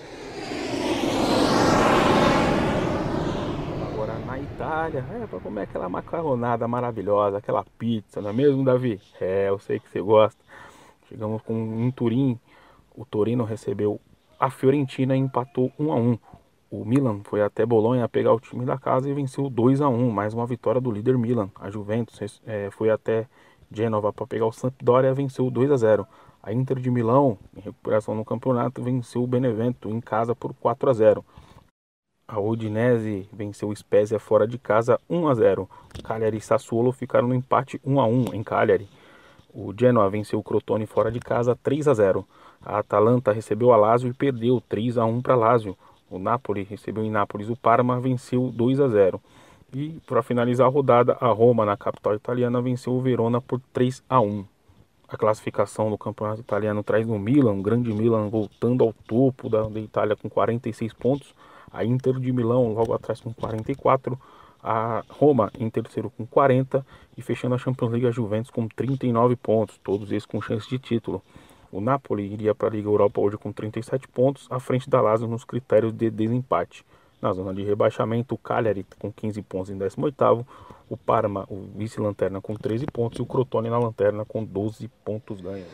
Agora na Itália, é para comer aquela macarronada maravilhosa, aquela pizza, não é mesmo, Davi? É, eu sei que você gosta. Chegamos com em Turim, o Torino recebeu a Fiorentina e empatou um a um. O Milan foi até Bolonha pegar o time da casa e venceu dois a um, mais uma vitória do líder Milan. A Juventus é, foi até Gênova para pegar o Sampdoria e venceu dois a zero. A Inter de Milão, em recuperação no campeonato, venceu o Benevento em casa por quatro a zero. A Udinese venceu o Spezia fora de casa um a zero. Cagliari e Sassuolo ficaram no empate um a um em Cagliari. O Genoa venceu o Crotone fora de casa três a zero. A Atalanta recebeu a Lazio e perdeu três a um para Lazio. O Napoli recebeu em Nápoles o Parma, venceu dois a zero. E para finalizar a rodada, a Roma, na capital italiana, venceu o Verona por três a um. A classificação do campeonato italiano traz o Milan, o grande Milan, voltando ao topo da, da Itália com quarenta e seis pontos. A Inter de Milão logo atrás com quarenta e quatro. A Roma em terceiro com quarenta. E fechando a Champions League, a Juventus com trinta e nove pontos, todos eles com chance de título. O Napoli iria para a Liga Europa hoje com trinta e sete pontos, à frente da Lazio nos critérios de desempate. Na zona de rebaixamento, o Cagliari com quinze pontos em décimo oitavo, o Parma, o vice-lanterna, com treze pontos, e o Crotone na lanterna com doze pontos ganhos.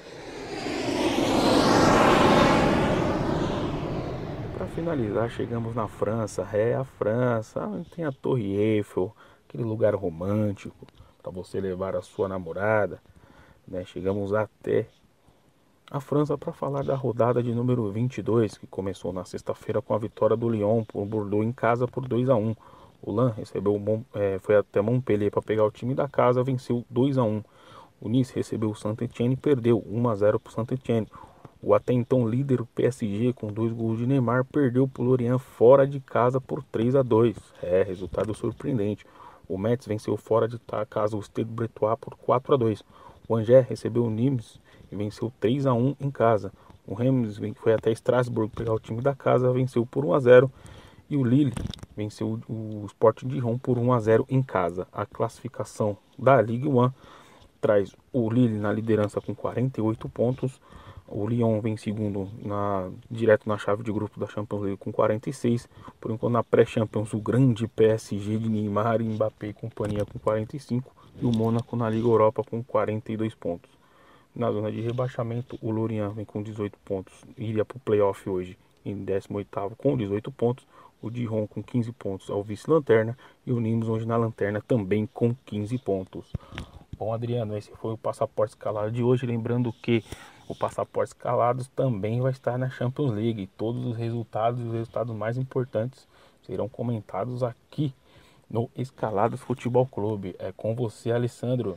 Para finalizar, chegamos na França. É a França, onde tem a Torre Eiffel, aquele lugar romântico para você levar a sua namorada, né? Chegamos até a França para falar da rodada de número vinte e dois, que começou na sexta-feira com a vitória do Lyon por Bordeaux em casa por dois a um. O Lens recebeu é, foi até Montpellier para pegar o time da casa, venceu dois a um. O Nice recebeu o Saint-Étienne e perdeu um a zero para o Saint-Étienne. O até então líder, o P S G, com dois gols de Neymar, perdeu para o Lorient fora de casa por três a dois. É, resultado surpreendente. O Metz venceu fora de casa o Stade Bretois por quatro a dois. O Angers recebeu o Nimes e venceu três a um em casa. O Reims foi até Estrasburgo pegar o time da casa, venceu por um a zero. E o Lille venceu o Sporting de Gijón por um a zero em casa. A classificação da Ligue um traz o Lille na liderança com quarenta e oito pontos. O Lyon vem segundo na, direto na chave de grupo da Champions League com quarenta e seis. Por enquanto, na pré-Champions, o grande P S G de Neymar, Mbappé e companhia com quarenta e cinco. E o Mônaco na Liga Europa com quarenta e dois pontos. Na zona de rebaixamento, o Lorient vem com dezoito pontos, iria para o playoff hoje em décimo oitavo com dezoito pontos. O Dijon com quinze pontos ao vice-lanterna e o Nimes hoje na lanterna também com quinze pontos. Bom, Adriano, esse foi o Passaporte Escalado de hoje. Lembrando que o Passaporte Escalados também vai estar na Champions League. Todos os resultados e os resultados mais importantes serão comentados aqui no Escalados Futebol Clube. É com você, Alessandro.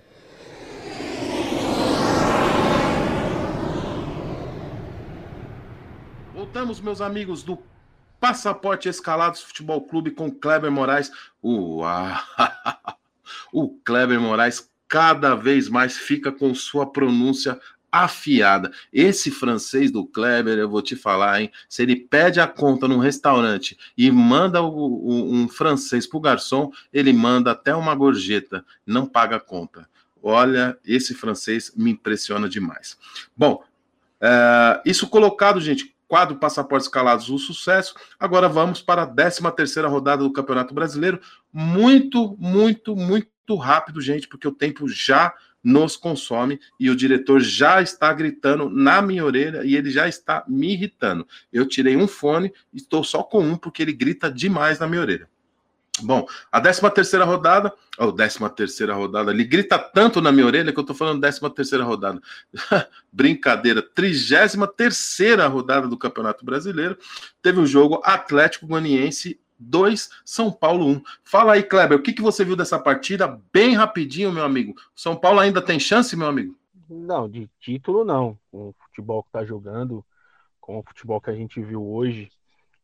Voltamos, meus amigos, do Passaporte Escalados Futebol Clube com Kleber Moraes. Uau! O Kleber Moraes cada vez mais fica com sua pronúncia afiada. Esse francês do Kleber, eu vou te falar, hein? Se ele pede a conta num restaurante e manda o, o, um francês pro garçom, ele manda até uma gorjeta, não paga a conta. Olha, esse francês me impressiona demais. Bom, é, isso colocado, gente, quadro Passaportes Escalados, o sucesso. Agora vamos para a décima terceira rodada do Campeonato Brasileiro. Muito, muito, muito rápido, gente, porque o tempo já nos consome e o diretor já está gritando na minha orelha e ele já está me irritando. Eu tirei um fone e estou só com um porque ele grita demais na minha orelha. Bom, a décima terceira rodada, ou oh, décima terceira rodada, ele grita tanto na minha orelha que eu tô falando décima terceira rodada. Brincadeira, trigésima terceira rodada do Campeonato Brasileiro, teve o jogo Atlético Goianiense dois, São Paulo um. Fala aí, Kleber, o que, que você viu dessa partida? Bem rapidinho, meu amigo. São Paulo ainda tem chance, meu amigo? Não, de título não. Com o futebol que tá jogando, com o futebol que a gente viu hoje,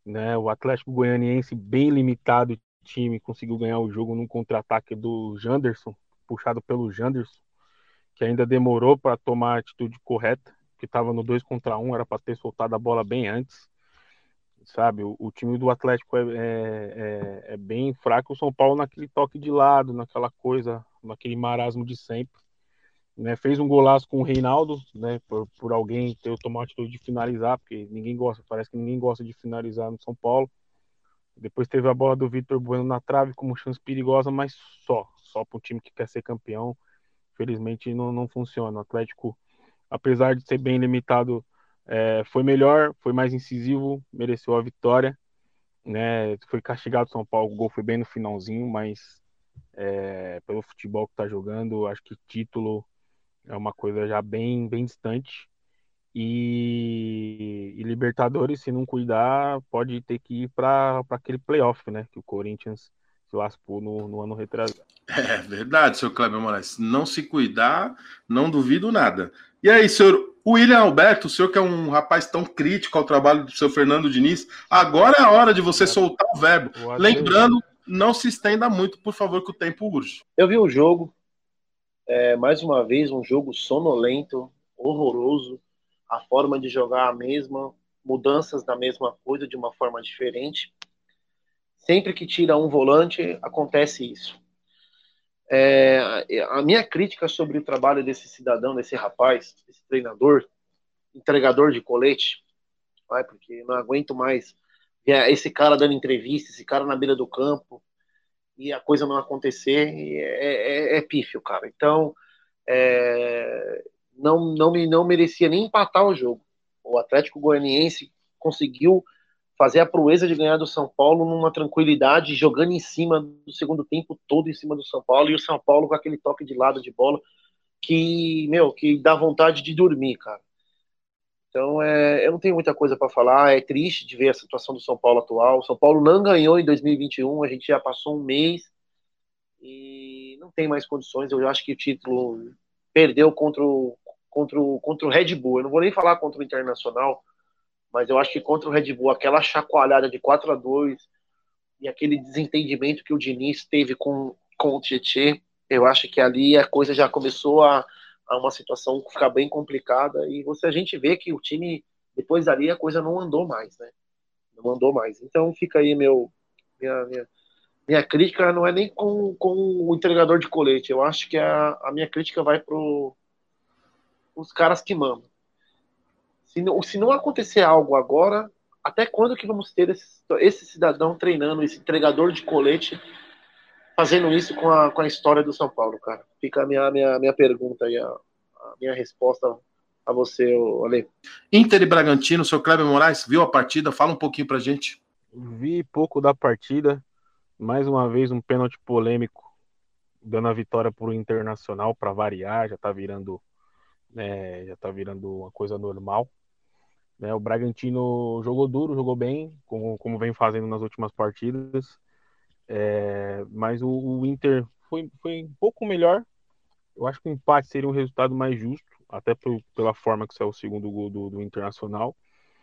né? O Atlético Goianiense, bem limitado time, conseguiu ganhar o jogo num contra-ataque do Janderson, puxado pelo Janderson, que ainda demorou para tomar a atitude correta, que estava no dois contra um, era para ter soltado a bola bem antes, sabe? O, o time do Atlético é, é, é, é bem fraco, o São Paulo naquele toque de lado, naquela coisa, naquele marasmo de sempre. Né, fez um golaço com o Reinaldo, né, por, por alguém ter tomado a atitude de finalizar, porque ninguém gosta, parece que ninguém gosta de finalizar no São Paulo. Depois teve a bola do Vitor Bueno na trave como chance perigosa, mas só, só para um time que quer ser campeão. Felizmente não, não funciona. O Atlético, apesar de ser bem limitado, é, foi melhor, foi mais incisivo, mereceu a vitória, né, foi castigado o São Paulo, o gol foi bem no finalzinho, mas é, pelo futebol que está jogando, acho que título é uma coisa já bem, bem distante. E, e Libertadores, se não cuidar, pode ter que ir para aquele playoff, né? Que o Corinthians se lascou no, no ano retrasado. É verdade, senhor Kleber Moraes. Não se cuidar, não duvido nada. E aí, senhor William Alberto, o senhor que é um rapaz tão crítico ao trabalho do senhor Fernando Diniz, agora é a hora de você soltar o verbo. Lembrando, não se estenda muito, por favor, que o tempo urge. Eu vi o jogo, é, mais uma vez, um jogo sonolento, horroroso, a forma de jogar a mesma, mudanças da mesma coisa de uma forma diferente. Sempre que tira um volante, acontece isso. É, a minha crítica sobre o trabalho desse cidadão, desse rapaz, desse treinador, entregador de colete, vai, porque não aguento mais esse cara dando entrevista, esse cara na beira do campo, e a coisa não acontecer, é, é, é pífio, cara. Então, é, não, não, me, não merecia nem empatar o jogo. O Atlético Goianiense conseguiu fazer a proeza de ganhar do São Paulo numa tranquilidade, jogando em cima do segundo tempo todo em cima do São Paulo, e o São Paulo com aquele toque de lado de bola que, meu, que dá vontade de dormir, cara. Então, é, eu não tenho muita coisa para falar, é triste de ver a situação do São Paulo atual. O São Paulo não ganhou em dois mil e vinte e um, a gente já passou um mês e não tem mais condições. Eu acho que o título perdeu contra o, contra o, contra o Red Bull. Eu não vou nem falar contra o Internacional, mas eu acho que contra o Red Bull, aquela chacoalhada de quatro a dois e aquele desentendimento que o Diniz teve com, com o Tietchan, eu acho que ali a coisa já começou a, a uma situação ficar bem complicada, e você, a gente vê que o time, depois dali, a coisa não andou mais, né? Não andou mais. Então fica aí meu, minha, minha, minha crítica não é nem com, com o entregador de colete, eu acho que a, a minha crítica vai para os caras que mandam. Se não, se não acontecer algo agora, até quando que vamos ter esse, esse cidadão treinando, esse entregador de colete, fazendo isso com a, com a história do São Paulo, cara? Fica a minha, minha, minha pergunta aí, a, a minha resposta a você, Ale. Inter e Bragantino, o senhor Kleber Moraes, viu a partida? Fala um pouquinho pra gente. Vi pouco da partida, mais uma vez um pênalti polêmico, dando a vitória pro Internacional, para variar, já tá virando, né, já tá virando uma coisa normal. Né, o Bragantino jogou duro, jogou bem, como, como vem fazendo nas últimas partidas, é, mas o, o Inter foi, foi um pouco melhor. Eu acho que o empate seria um resultado mais justo, até por, pela forma que saiu o segundo gol do, do Internacional,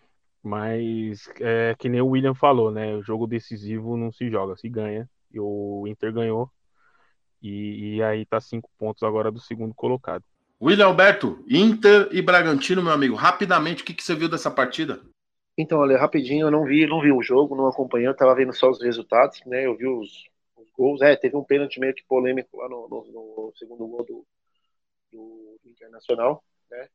mas é que nem o William falou, né, o jogo decisivo não se joga, se ganha, e o Inter ganhou, e, e aí tá cinco pontos agora do segundo colocado. William Alberto, Inter e Bragantino, meu amigo, rapidamente, o que, que você viu dessa partida? Então, olha, rapidinho, eu não vi, não vi o jogo, não acompanhei, eu tava vendo só os resultados, né, eu vi os, os gols, é, teve um pênalti meio que polêmico lá no, no, no segundo gol do, do, do Internacional, né,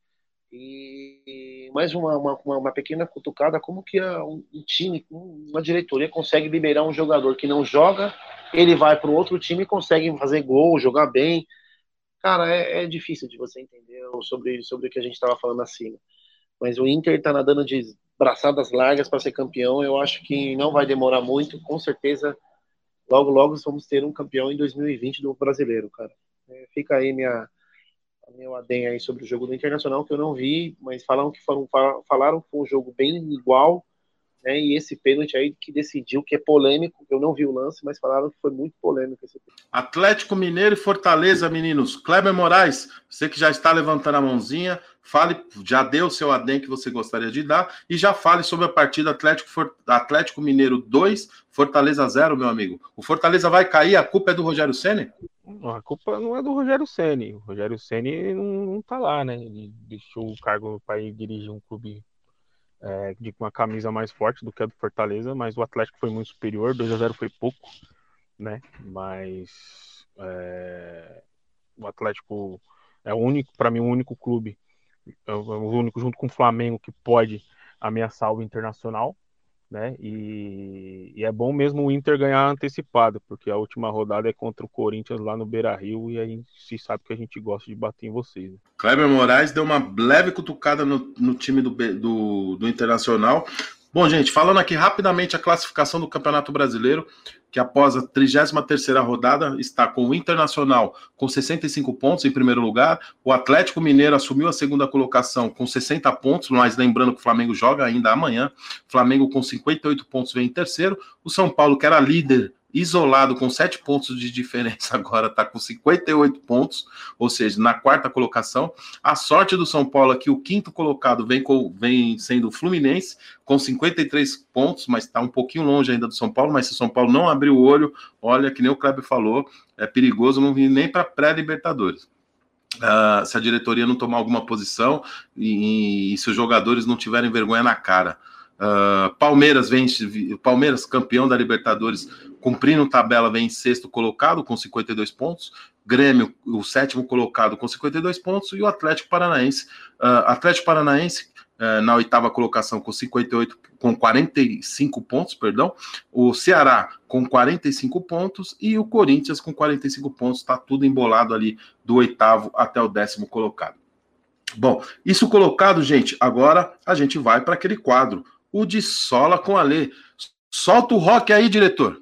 e mais uma, uma, uma pequena cutucada, como que a, um, um time, uma diretoria consegue liberar um jogador que não joga, ele vai para o outro time e consegue fazer gol, jogar bem. Cara, é, é difícil de você entender sobre, sobre o que a gente estava falando acima. Mas o Inter está nadando de braçadas largas para ser campeão. Eu acho que não vai demorar muito. Com certeza, logo, logo vamos ter um campeão em dois mil e vinte do brasileiro, cara. É, fica aí minha, a minha adenda aí sobre o jogo do Internacional, que eu não vi, mas falaram que, foram, falaram que foi um jogo bem igual. né? E esse pênalti aí que decidiu, que é polêmico, eu não vi o lance, mas falaram que foi muito polêmico esse pênalti. Atlético Mineiro e Fortaleza, meninos. Kleber Moraes, você que já está levantando a mãozinha, fale, já deu o seu adendo que você gostaria de dar, e já fale sobre a partida Atlético, For, Atlético Mineiro dois, Fortaleza zero, meu amigo. O Fortaleza vai cair, a culpa é do Rogério Ceni? A culpa não é do Rogério Ceni. O Rogério Ceni não, não tá lá, né? Ele deixou o cargo para ir dirigir um clube é, de uma camisa mais forte do que a do Fortaleza, mas o Atlético foi muito superior, dois a zero foi pouco, né? Mas é, o Atlético é o único, para mim, o único clube, é o único junto com o Flamengo que pode ameaçar o Internacional, né? E, e é bom mesmo o Inter ganhar antecipado, porque a última rodada é contra o Corinthians lá no Beira-Rio e aí se sabe que a gente gosta de bater em vocês. Né? Kleber Moraes deu uma leve cutucada no, no time do, do, do Internacional. Bom, gente, falando aqui rapidamente a classificação do Campeonato Brasileiro, que após a trigésima terceira rodada está com o Internacional com sessenta e cinco pontos em primeiro lugar, o Atlético Mineiro assumiu a segunda colocação com sessenta pontos, mas lembrando que o Flamengo joga ainda amanhã, Flamengo com cinquenta e oito pontos vem em terceiro, o São Paulo, que era líder isolado com sete pontos de diferença, agora está com cinquenta e oito pontos, ou seja, na quarta colocação. A sorte do São Paulo aqui, o quinto colocado vem, com, vem sendo o Fluminense, com cinquenta e três pontos, mas está um pouquinho longe ainda do São Paulo, mas se o São Paulo não abrir o olho, olha, que nem o Kleber falou, é perigoso não vir nem para pré-Libertadores. Uh, se a diretoria não tomar alguma posição e, e se os jogadores não tiverem vergonha na cara. Uh, Palmeiras vem, Palmeiras campeão da Libertadores, cumprindo tabela, vem em sexto colocado com cinquenta e dois pontos, Grêmio, o sétimo colocado com cinquenta e dois pontos, e o Atlético Paranaense, uh, Atlético Paranaense uh, na oitava colocação com cinquenta e oito, com quarenta e cinco pontos, perdão, o Ceará com quarenta e cinco pontos e o Corinthians com quarenta e cinco pontos, está tudo embolado ali do oitavo até o décimo colocado. Bom, isso colocado, gente, agora a gente vai para aquele quadro, o de Sola com Alê. Solta o rock aí, diretor.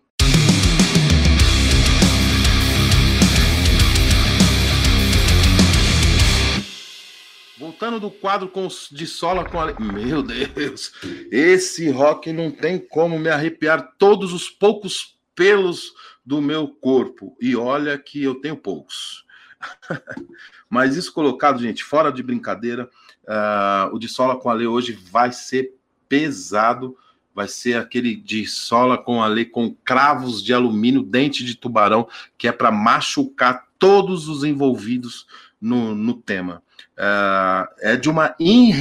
Voltando do quadro com de Sola com Alê. Meu Deus, esse rock não tem como me arrepiar todos os poucos pelos do meu corpo. E olha que eu tenho poucos. Mas isso colocado, gente, fora de brincadeira, uh, o de Sola com Alê hoje vai ser pesado, vai ser aquele de Sola com Alê com cravos de alumínio, dente de tubarão, que é para machucar todos os envolvidos no, no tema. Uh, é de uma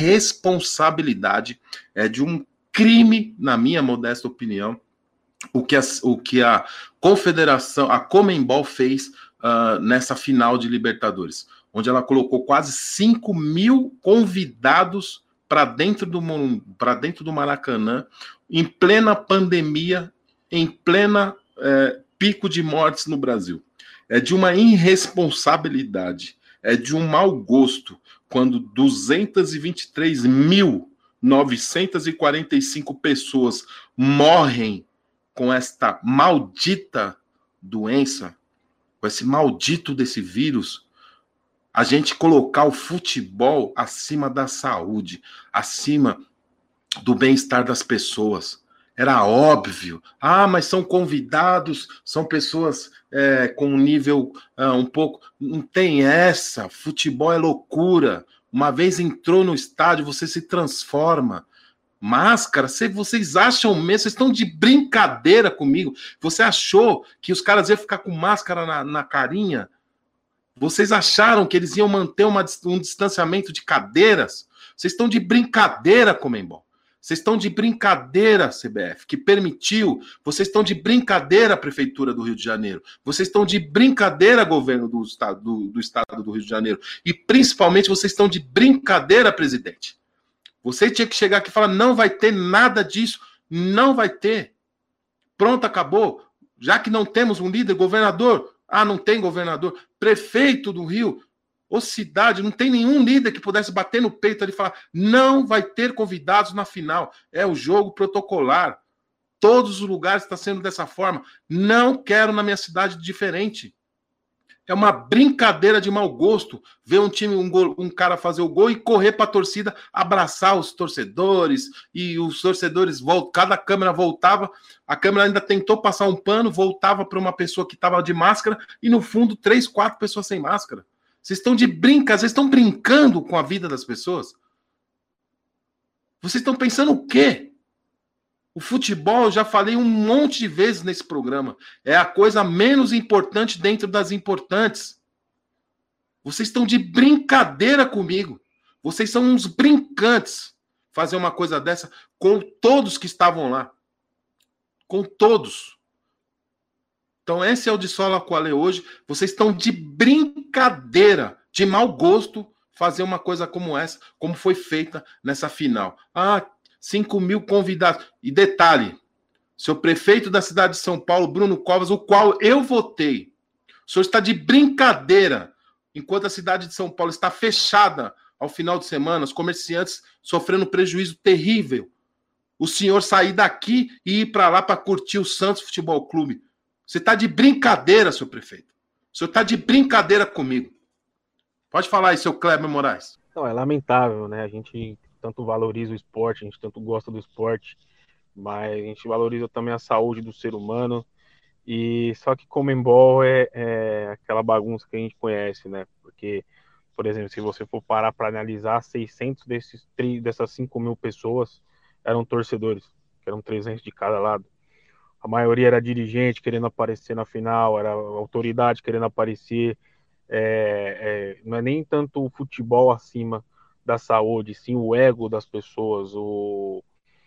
irresponsabilidade, é de um crime, na minha modesta opinião, o que a, o que a Confederação, a Conmebol fez uh, nessa final de Libertadores, onde ela colocou quase cinco mil convidados para dentro do para dentro do Maracanã, em plena pandemia, em plena é, pico de mortes no Brasil. É de uma irresponsabilidade, é de um mau gosto, quando duzentas e vinte e três mil novecentas e quarenta e cinco pessoas morrem com esta maldita doença, com esse maldito desse vírus, a gente colocar o futebol acima da saúde, acima do bem-estar das pessoas. Era óbvio. Ah, mas são convidados, são pessoas é, com um nível uh, um pouco... Não tem essa. Futebol é loucura. Uma vez entrou no estádio, você se transforma. Máscara, vocês acham mesmo? Vocês estão de brincadeira comigo? Você achou que os caras iam ficar com máscara na, na carinha? Vocês acharam que eles iam manter uma, um distanciamento de cadeiras? Vocês estão de brincadeira, Conmebol. Vocês estão de brincadeira, C B F, que permitiu. Vocês estão de brincadeira, Prefeitura do Rio de Janeiro. Vocês estão de brincadeira, Governo do Estado do, do, estado do Rio de Janeiro. E, principalmente, vocês estão de brincadeira, Presidente. Você tinha que chegar aqui e falar, não vai ter nada disso. Não vai ter. Pronto, acabou. Já que não temos um líder, governador... Ah, não tem governador. Prefeito do Rio, ou cidade, não tem nenhum líder que pudesse bater no peito ali e falar, não vai ter convidados na final. É o jogo protocolar. Todos os lugares estão sendo dessa forma. Não quero na minha cidade diferente. É uma brincadeira de mau gosto ver um time, um, gol, um cara fazer o gol e correr para a torcida, abraçar os torcedores, e os torcedores, voltam, cada câmera voltava, a câmera ainda tentou passar um pano, voltava para uma pessoa que estava de máscara, e no fundo, três, quatro pessoas sem máscara. Vocês estão de brinca, vocês estão brincando com a vida das pessoas? Vocês estão pensando o quê? O futebol, eu já falei um monte de vezes nesse programa, é a coisa menos importante dentro das importantes. Vocês estão de brincadeira comigo. Vocês são uns brincantes fazer uma coisa dessa com todos que estavam lá. Com todos. Então esse é o de Sola Quale hoje. Vocês estão de brincadeira, de mau gosto, fazer uma coisa como essa, como foi feita nessa final. Ah, cinco mil convidados. E detalhe, seu prefeito da cidade de São Paulo, Bruno Covas, o qual eu votei. O senhor está de brincadeira. Enquanto a cidade de São Paulo está fechada ao final de semana, os comerciantes sofrendo prejuízo terrível. O senhor sair daqui e ir para lá para curtir o Santos Futebol Clube. Você está de brincadeira, seu prefeito. O senhor está de brincadeira comigo. Pode falar aí, seu Kleber Moraes. Não, é lamentável, né? A gente tanto valoriza o esporte, a gente tanto gosta do esporte, mas a gente valoriza também a saúde do ser humano. E só que Conmebol é, é aquela bagunça que a gente conhece, né? Porque, por exemplo, se você for parar para analisar, seiscentos desses, dessas cinco mil pessoas eram torcedores, que eram trezentos de cada lado. A maioria era dirigente querendo aparecer na final, era autoridade querendo aparecer. É, é, não é nem tanto o futebol acima da saúde, sim o ego das pessoas, o,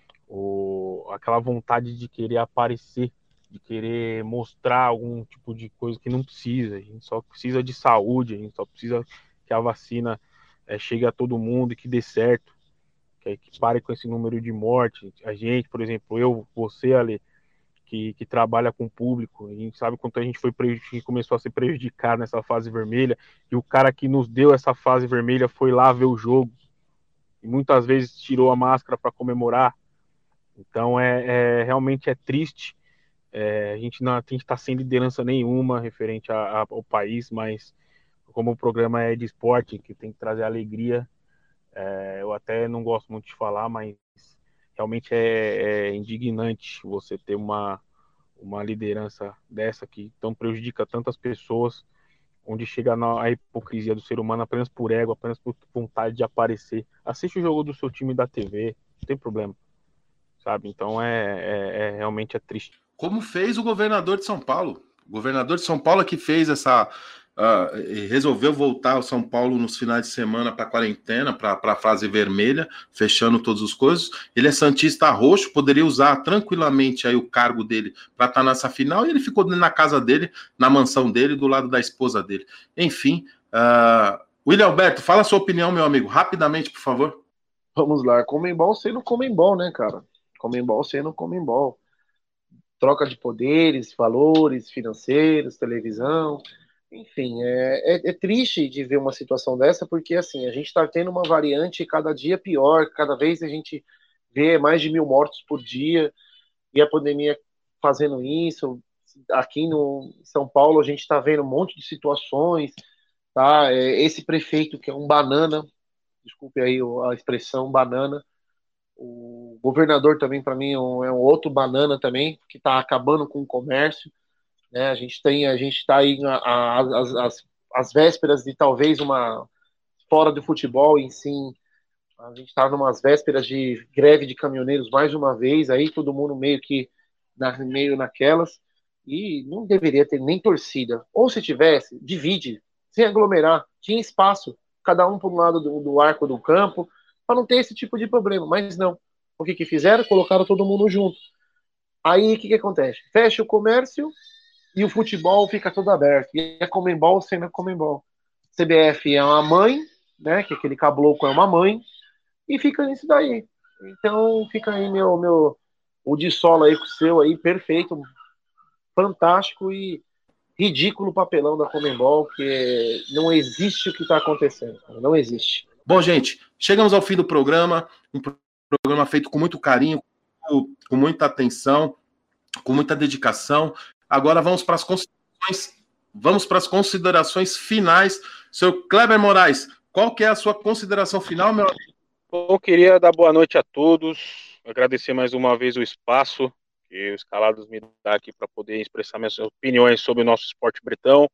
o, aquela vontade de querer aparecer, de querer mostrar algum tipo de coisa que não precisa. A gente só precisa de saúde, a gente só precisa que a vacina é, chegue a todo mundo e que dê certo, que, que pare com esse número de mortes. A gente, por exemplo, eu, você, Ale, que, que trabalha com o público, a gente sabe quanto a gente foi prejudicado, começou a ser prejudicado nessa fase vermelha, e o cara que nos deu essa fase vermelha foi lá ver o jogo, e muitas vezes tirou a máscara para comemorar. Então é, é realmente é triste. É, a gente não está sem liderança nenhuma referente a, a, ao país, mas como o programa é de esporte, que tem que trazer alegria, é, eu até não gosto muito de falar, mas realmente é, é indignante você ter uma, uma liderança dessa que tão prejudica tantas pessoas, onde chega a hipocrisia do ser humano apenas por ego, apenas por vontade de aparecer. Assiste o jogo do seu time da T V, não tem problema, sabe? Então é, é, é realmente é triste. Como fez o governador de São Paulo. O governador de São Paulo que fez essa... Uh, resolveu voltar ao São Paulo nos finais de semana para a quarentena, para a fase vermelha, fechando todas as coisas. Ele é santista roxo, poderia usar tranquilamente aí o cargo dele para estar nessa final, e ele ficou na casa dele, na mansão dele, do lado da esposa dele. Enfim, uh, William Alberto, fala a sua opinião, meu amigo, rapidamente, por favor. Vamos lá, Conmebol sendo Conmebol, né, cara? Conmebol sendo Conmebol. Troca de poderes, valores financeiros, televisão... Enfim, é, é, é triste de ver uma situação dessa, porque assim, a gente está tendo uma variante cada dia pior, cada vez a gente vê mais de mil mortos por dia, e a pandemia fazendo isso. Aqui no São Paulo a gente está vendo um monte de situações, tá? Esse prefeito que é um banana, desculpe aí a expressão banana, o governador também para mim é um, é um outro banana também, que está acabando com o comércio. Né, a gente tem, a gente está aí às, às, às vésperas de talvez uma fora do futebol em si, a gente está numas vésperas de greve de caminhoneiros mais uma vez, aí todo mundo meio que na, meio naquelas, e não deveria ter nem torcida, ou se tivesse, divide, sem aglomerar, tinha espaço, cada um por um lado do, do arco do campo, para não ter esse tipo de problema, mas não, o que que fizeram? Colocaram todo mundo junto. Aí o que que acontece? Fecha o comércio e o futebol fica todo aberto. E é Conmebol sendo Conmebol. C B F é uma mãe, né? Que aquele cabloco é uma mãe. E fica nisso daí. Então fica aí meu, meu o de Sola aí com o seu aí, perfeito, fantástico e ridículo papelão da Conmebol, que não existe o que está acontecendo. Não existe. Bom, gente, chegamos ao fim do programa. Um programa feito com muito carinho, com muita atenção, com muita dedicação. Agora vamos para as considerações vamos para as considerações finais. Senhor Kleber Moraes, qual que é a sua consideração final, meu amigo? Bom, queria dar boa noite a todos, agradecer mais uma vez o espaço que o Escalados me dá aqui para poder expressar minhas opiniões sobre o nosso esporte bretão.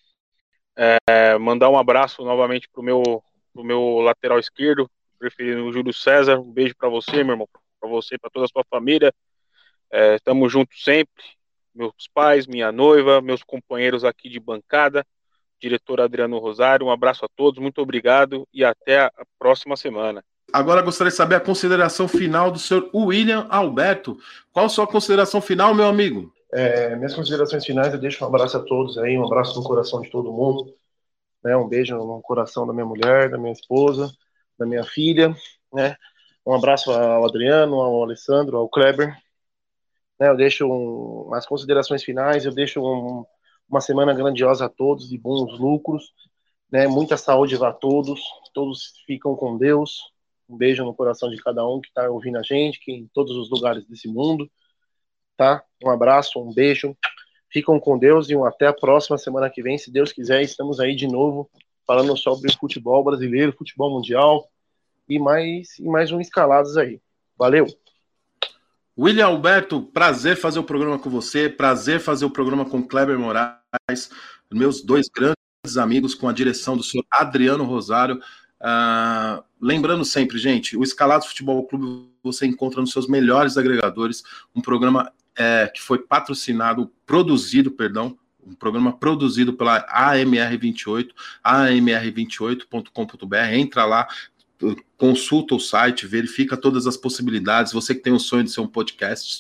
É, mandar um abraço novamente para o meu, pro meu lateral esquerdo, preferido o Júlio César. Um beijo para você, meu irmão, para você e para toda a sua família. Estamos é, juntos sempre. Meus pais, minha noiva, meus companheiros aqui de bancada, diretor Adriano Rosário. Um abraço a todos, muito obrigado e até a próxima semana. Agora gostaria de saber a consideração final do senhor William Alberto. Qual a sua consideração final, meu amigo? É, minhas considerações finais, eu deixo um abraço a todos aí, um abraço no coração de todo mundo, né, um beijo no coração da minha mulher, da minha esposa, da minha filha, né, um abraço ao Adriano, ao Alessandro, ao Kleber, né, eu deixo um, as considerações finais, eu deixo um, uma semana grandiosa a todos, de bons lucros, né, muita saúde a todos, todos ficam com Deus, um beijo no coração de cada um que está ouvindo a gente, que em todos os lugares desse mundo, tá? Um abraço, um beijo, ficam com Deus e um até a próxima semana que vem, se Deus quiser, estamos aí de novo falando sobre o futebol brasileiro, futebol mundial e mais, e mais um Escalados aí. Valeu! William Alberto, prazer fazer o programa com você, prazer fazer o programa com Kleber Moraes, meus dois grandes amigos, com a direção do senhor Adriano Rosário. Uh, lembrando sempre, gente, o Escalados Futebol Clube você encontra nos seus melhores agregadores, um programa É, que foi patrocinado, produzido, perdão, um programa produzido pela A M R vinte e oito, A M R vinte e oito ponto com ponto b r. Entra lá, consulta o site, verifica todas as possibilidades. Você que tem o sonho de ser um podcaster,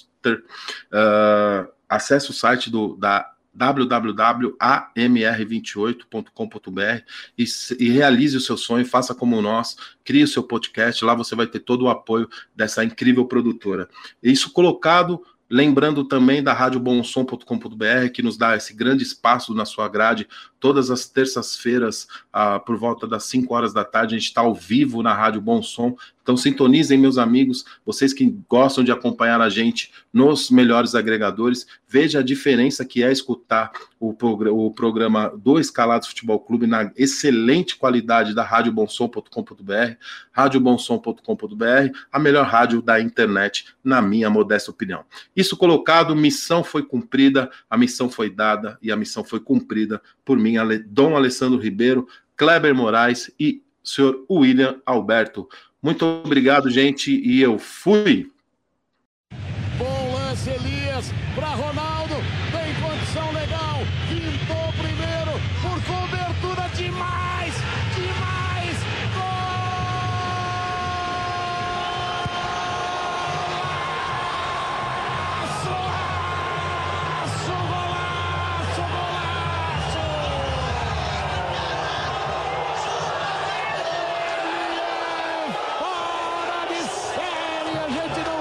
uh, acesse o site do, da w w w ponto a m r vinte e oito ponto com ponto b r e, e realize o seu sonho, faça como nós, crie o seu podcast. Lá você vai ter todo o apoio dessa incrível produtora. Isso colocado. Lembrando também da rádio bom som ponto com ponto b r, que nos dá esse grande espaço na sua grade, todas as terças-feiras, ah, por volta das cinco horas da tarde, a gente está ao vivo na Rádio Bom Som. Então sintonizem, meus amigos, vocês que gostam de acompanhar a gente nos melhores agregadores, veja a diferença que é escutar o, progr- o programa do Escalados Futebol Clube na excelente qualidade da rádio bom som ponto com ponto b r, rádio bom som ponto com ponto b r, a melhor rádio da internet, na minha modesta opinião. Isso colocado, missão foi cumprida, a missão foi dada e a missão foi cumprida por mim, Ale- Dom Alessandro Ribeiro, Kleber Moraes e senhor William Alberto. Muito obrigado, gente, e eu fui! Bom lance, Elias, para Ronaldo, tem condição legal, pintou primeiro, por cobertura demais, demais, golaço, golaço, golaço, fora de série, a gente não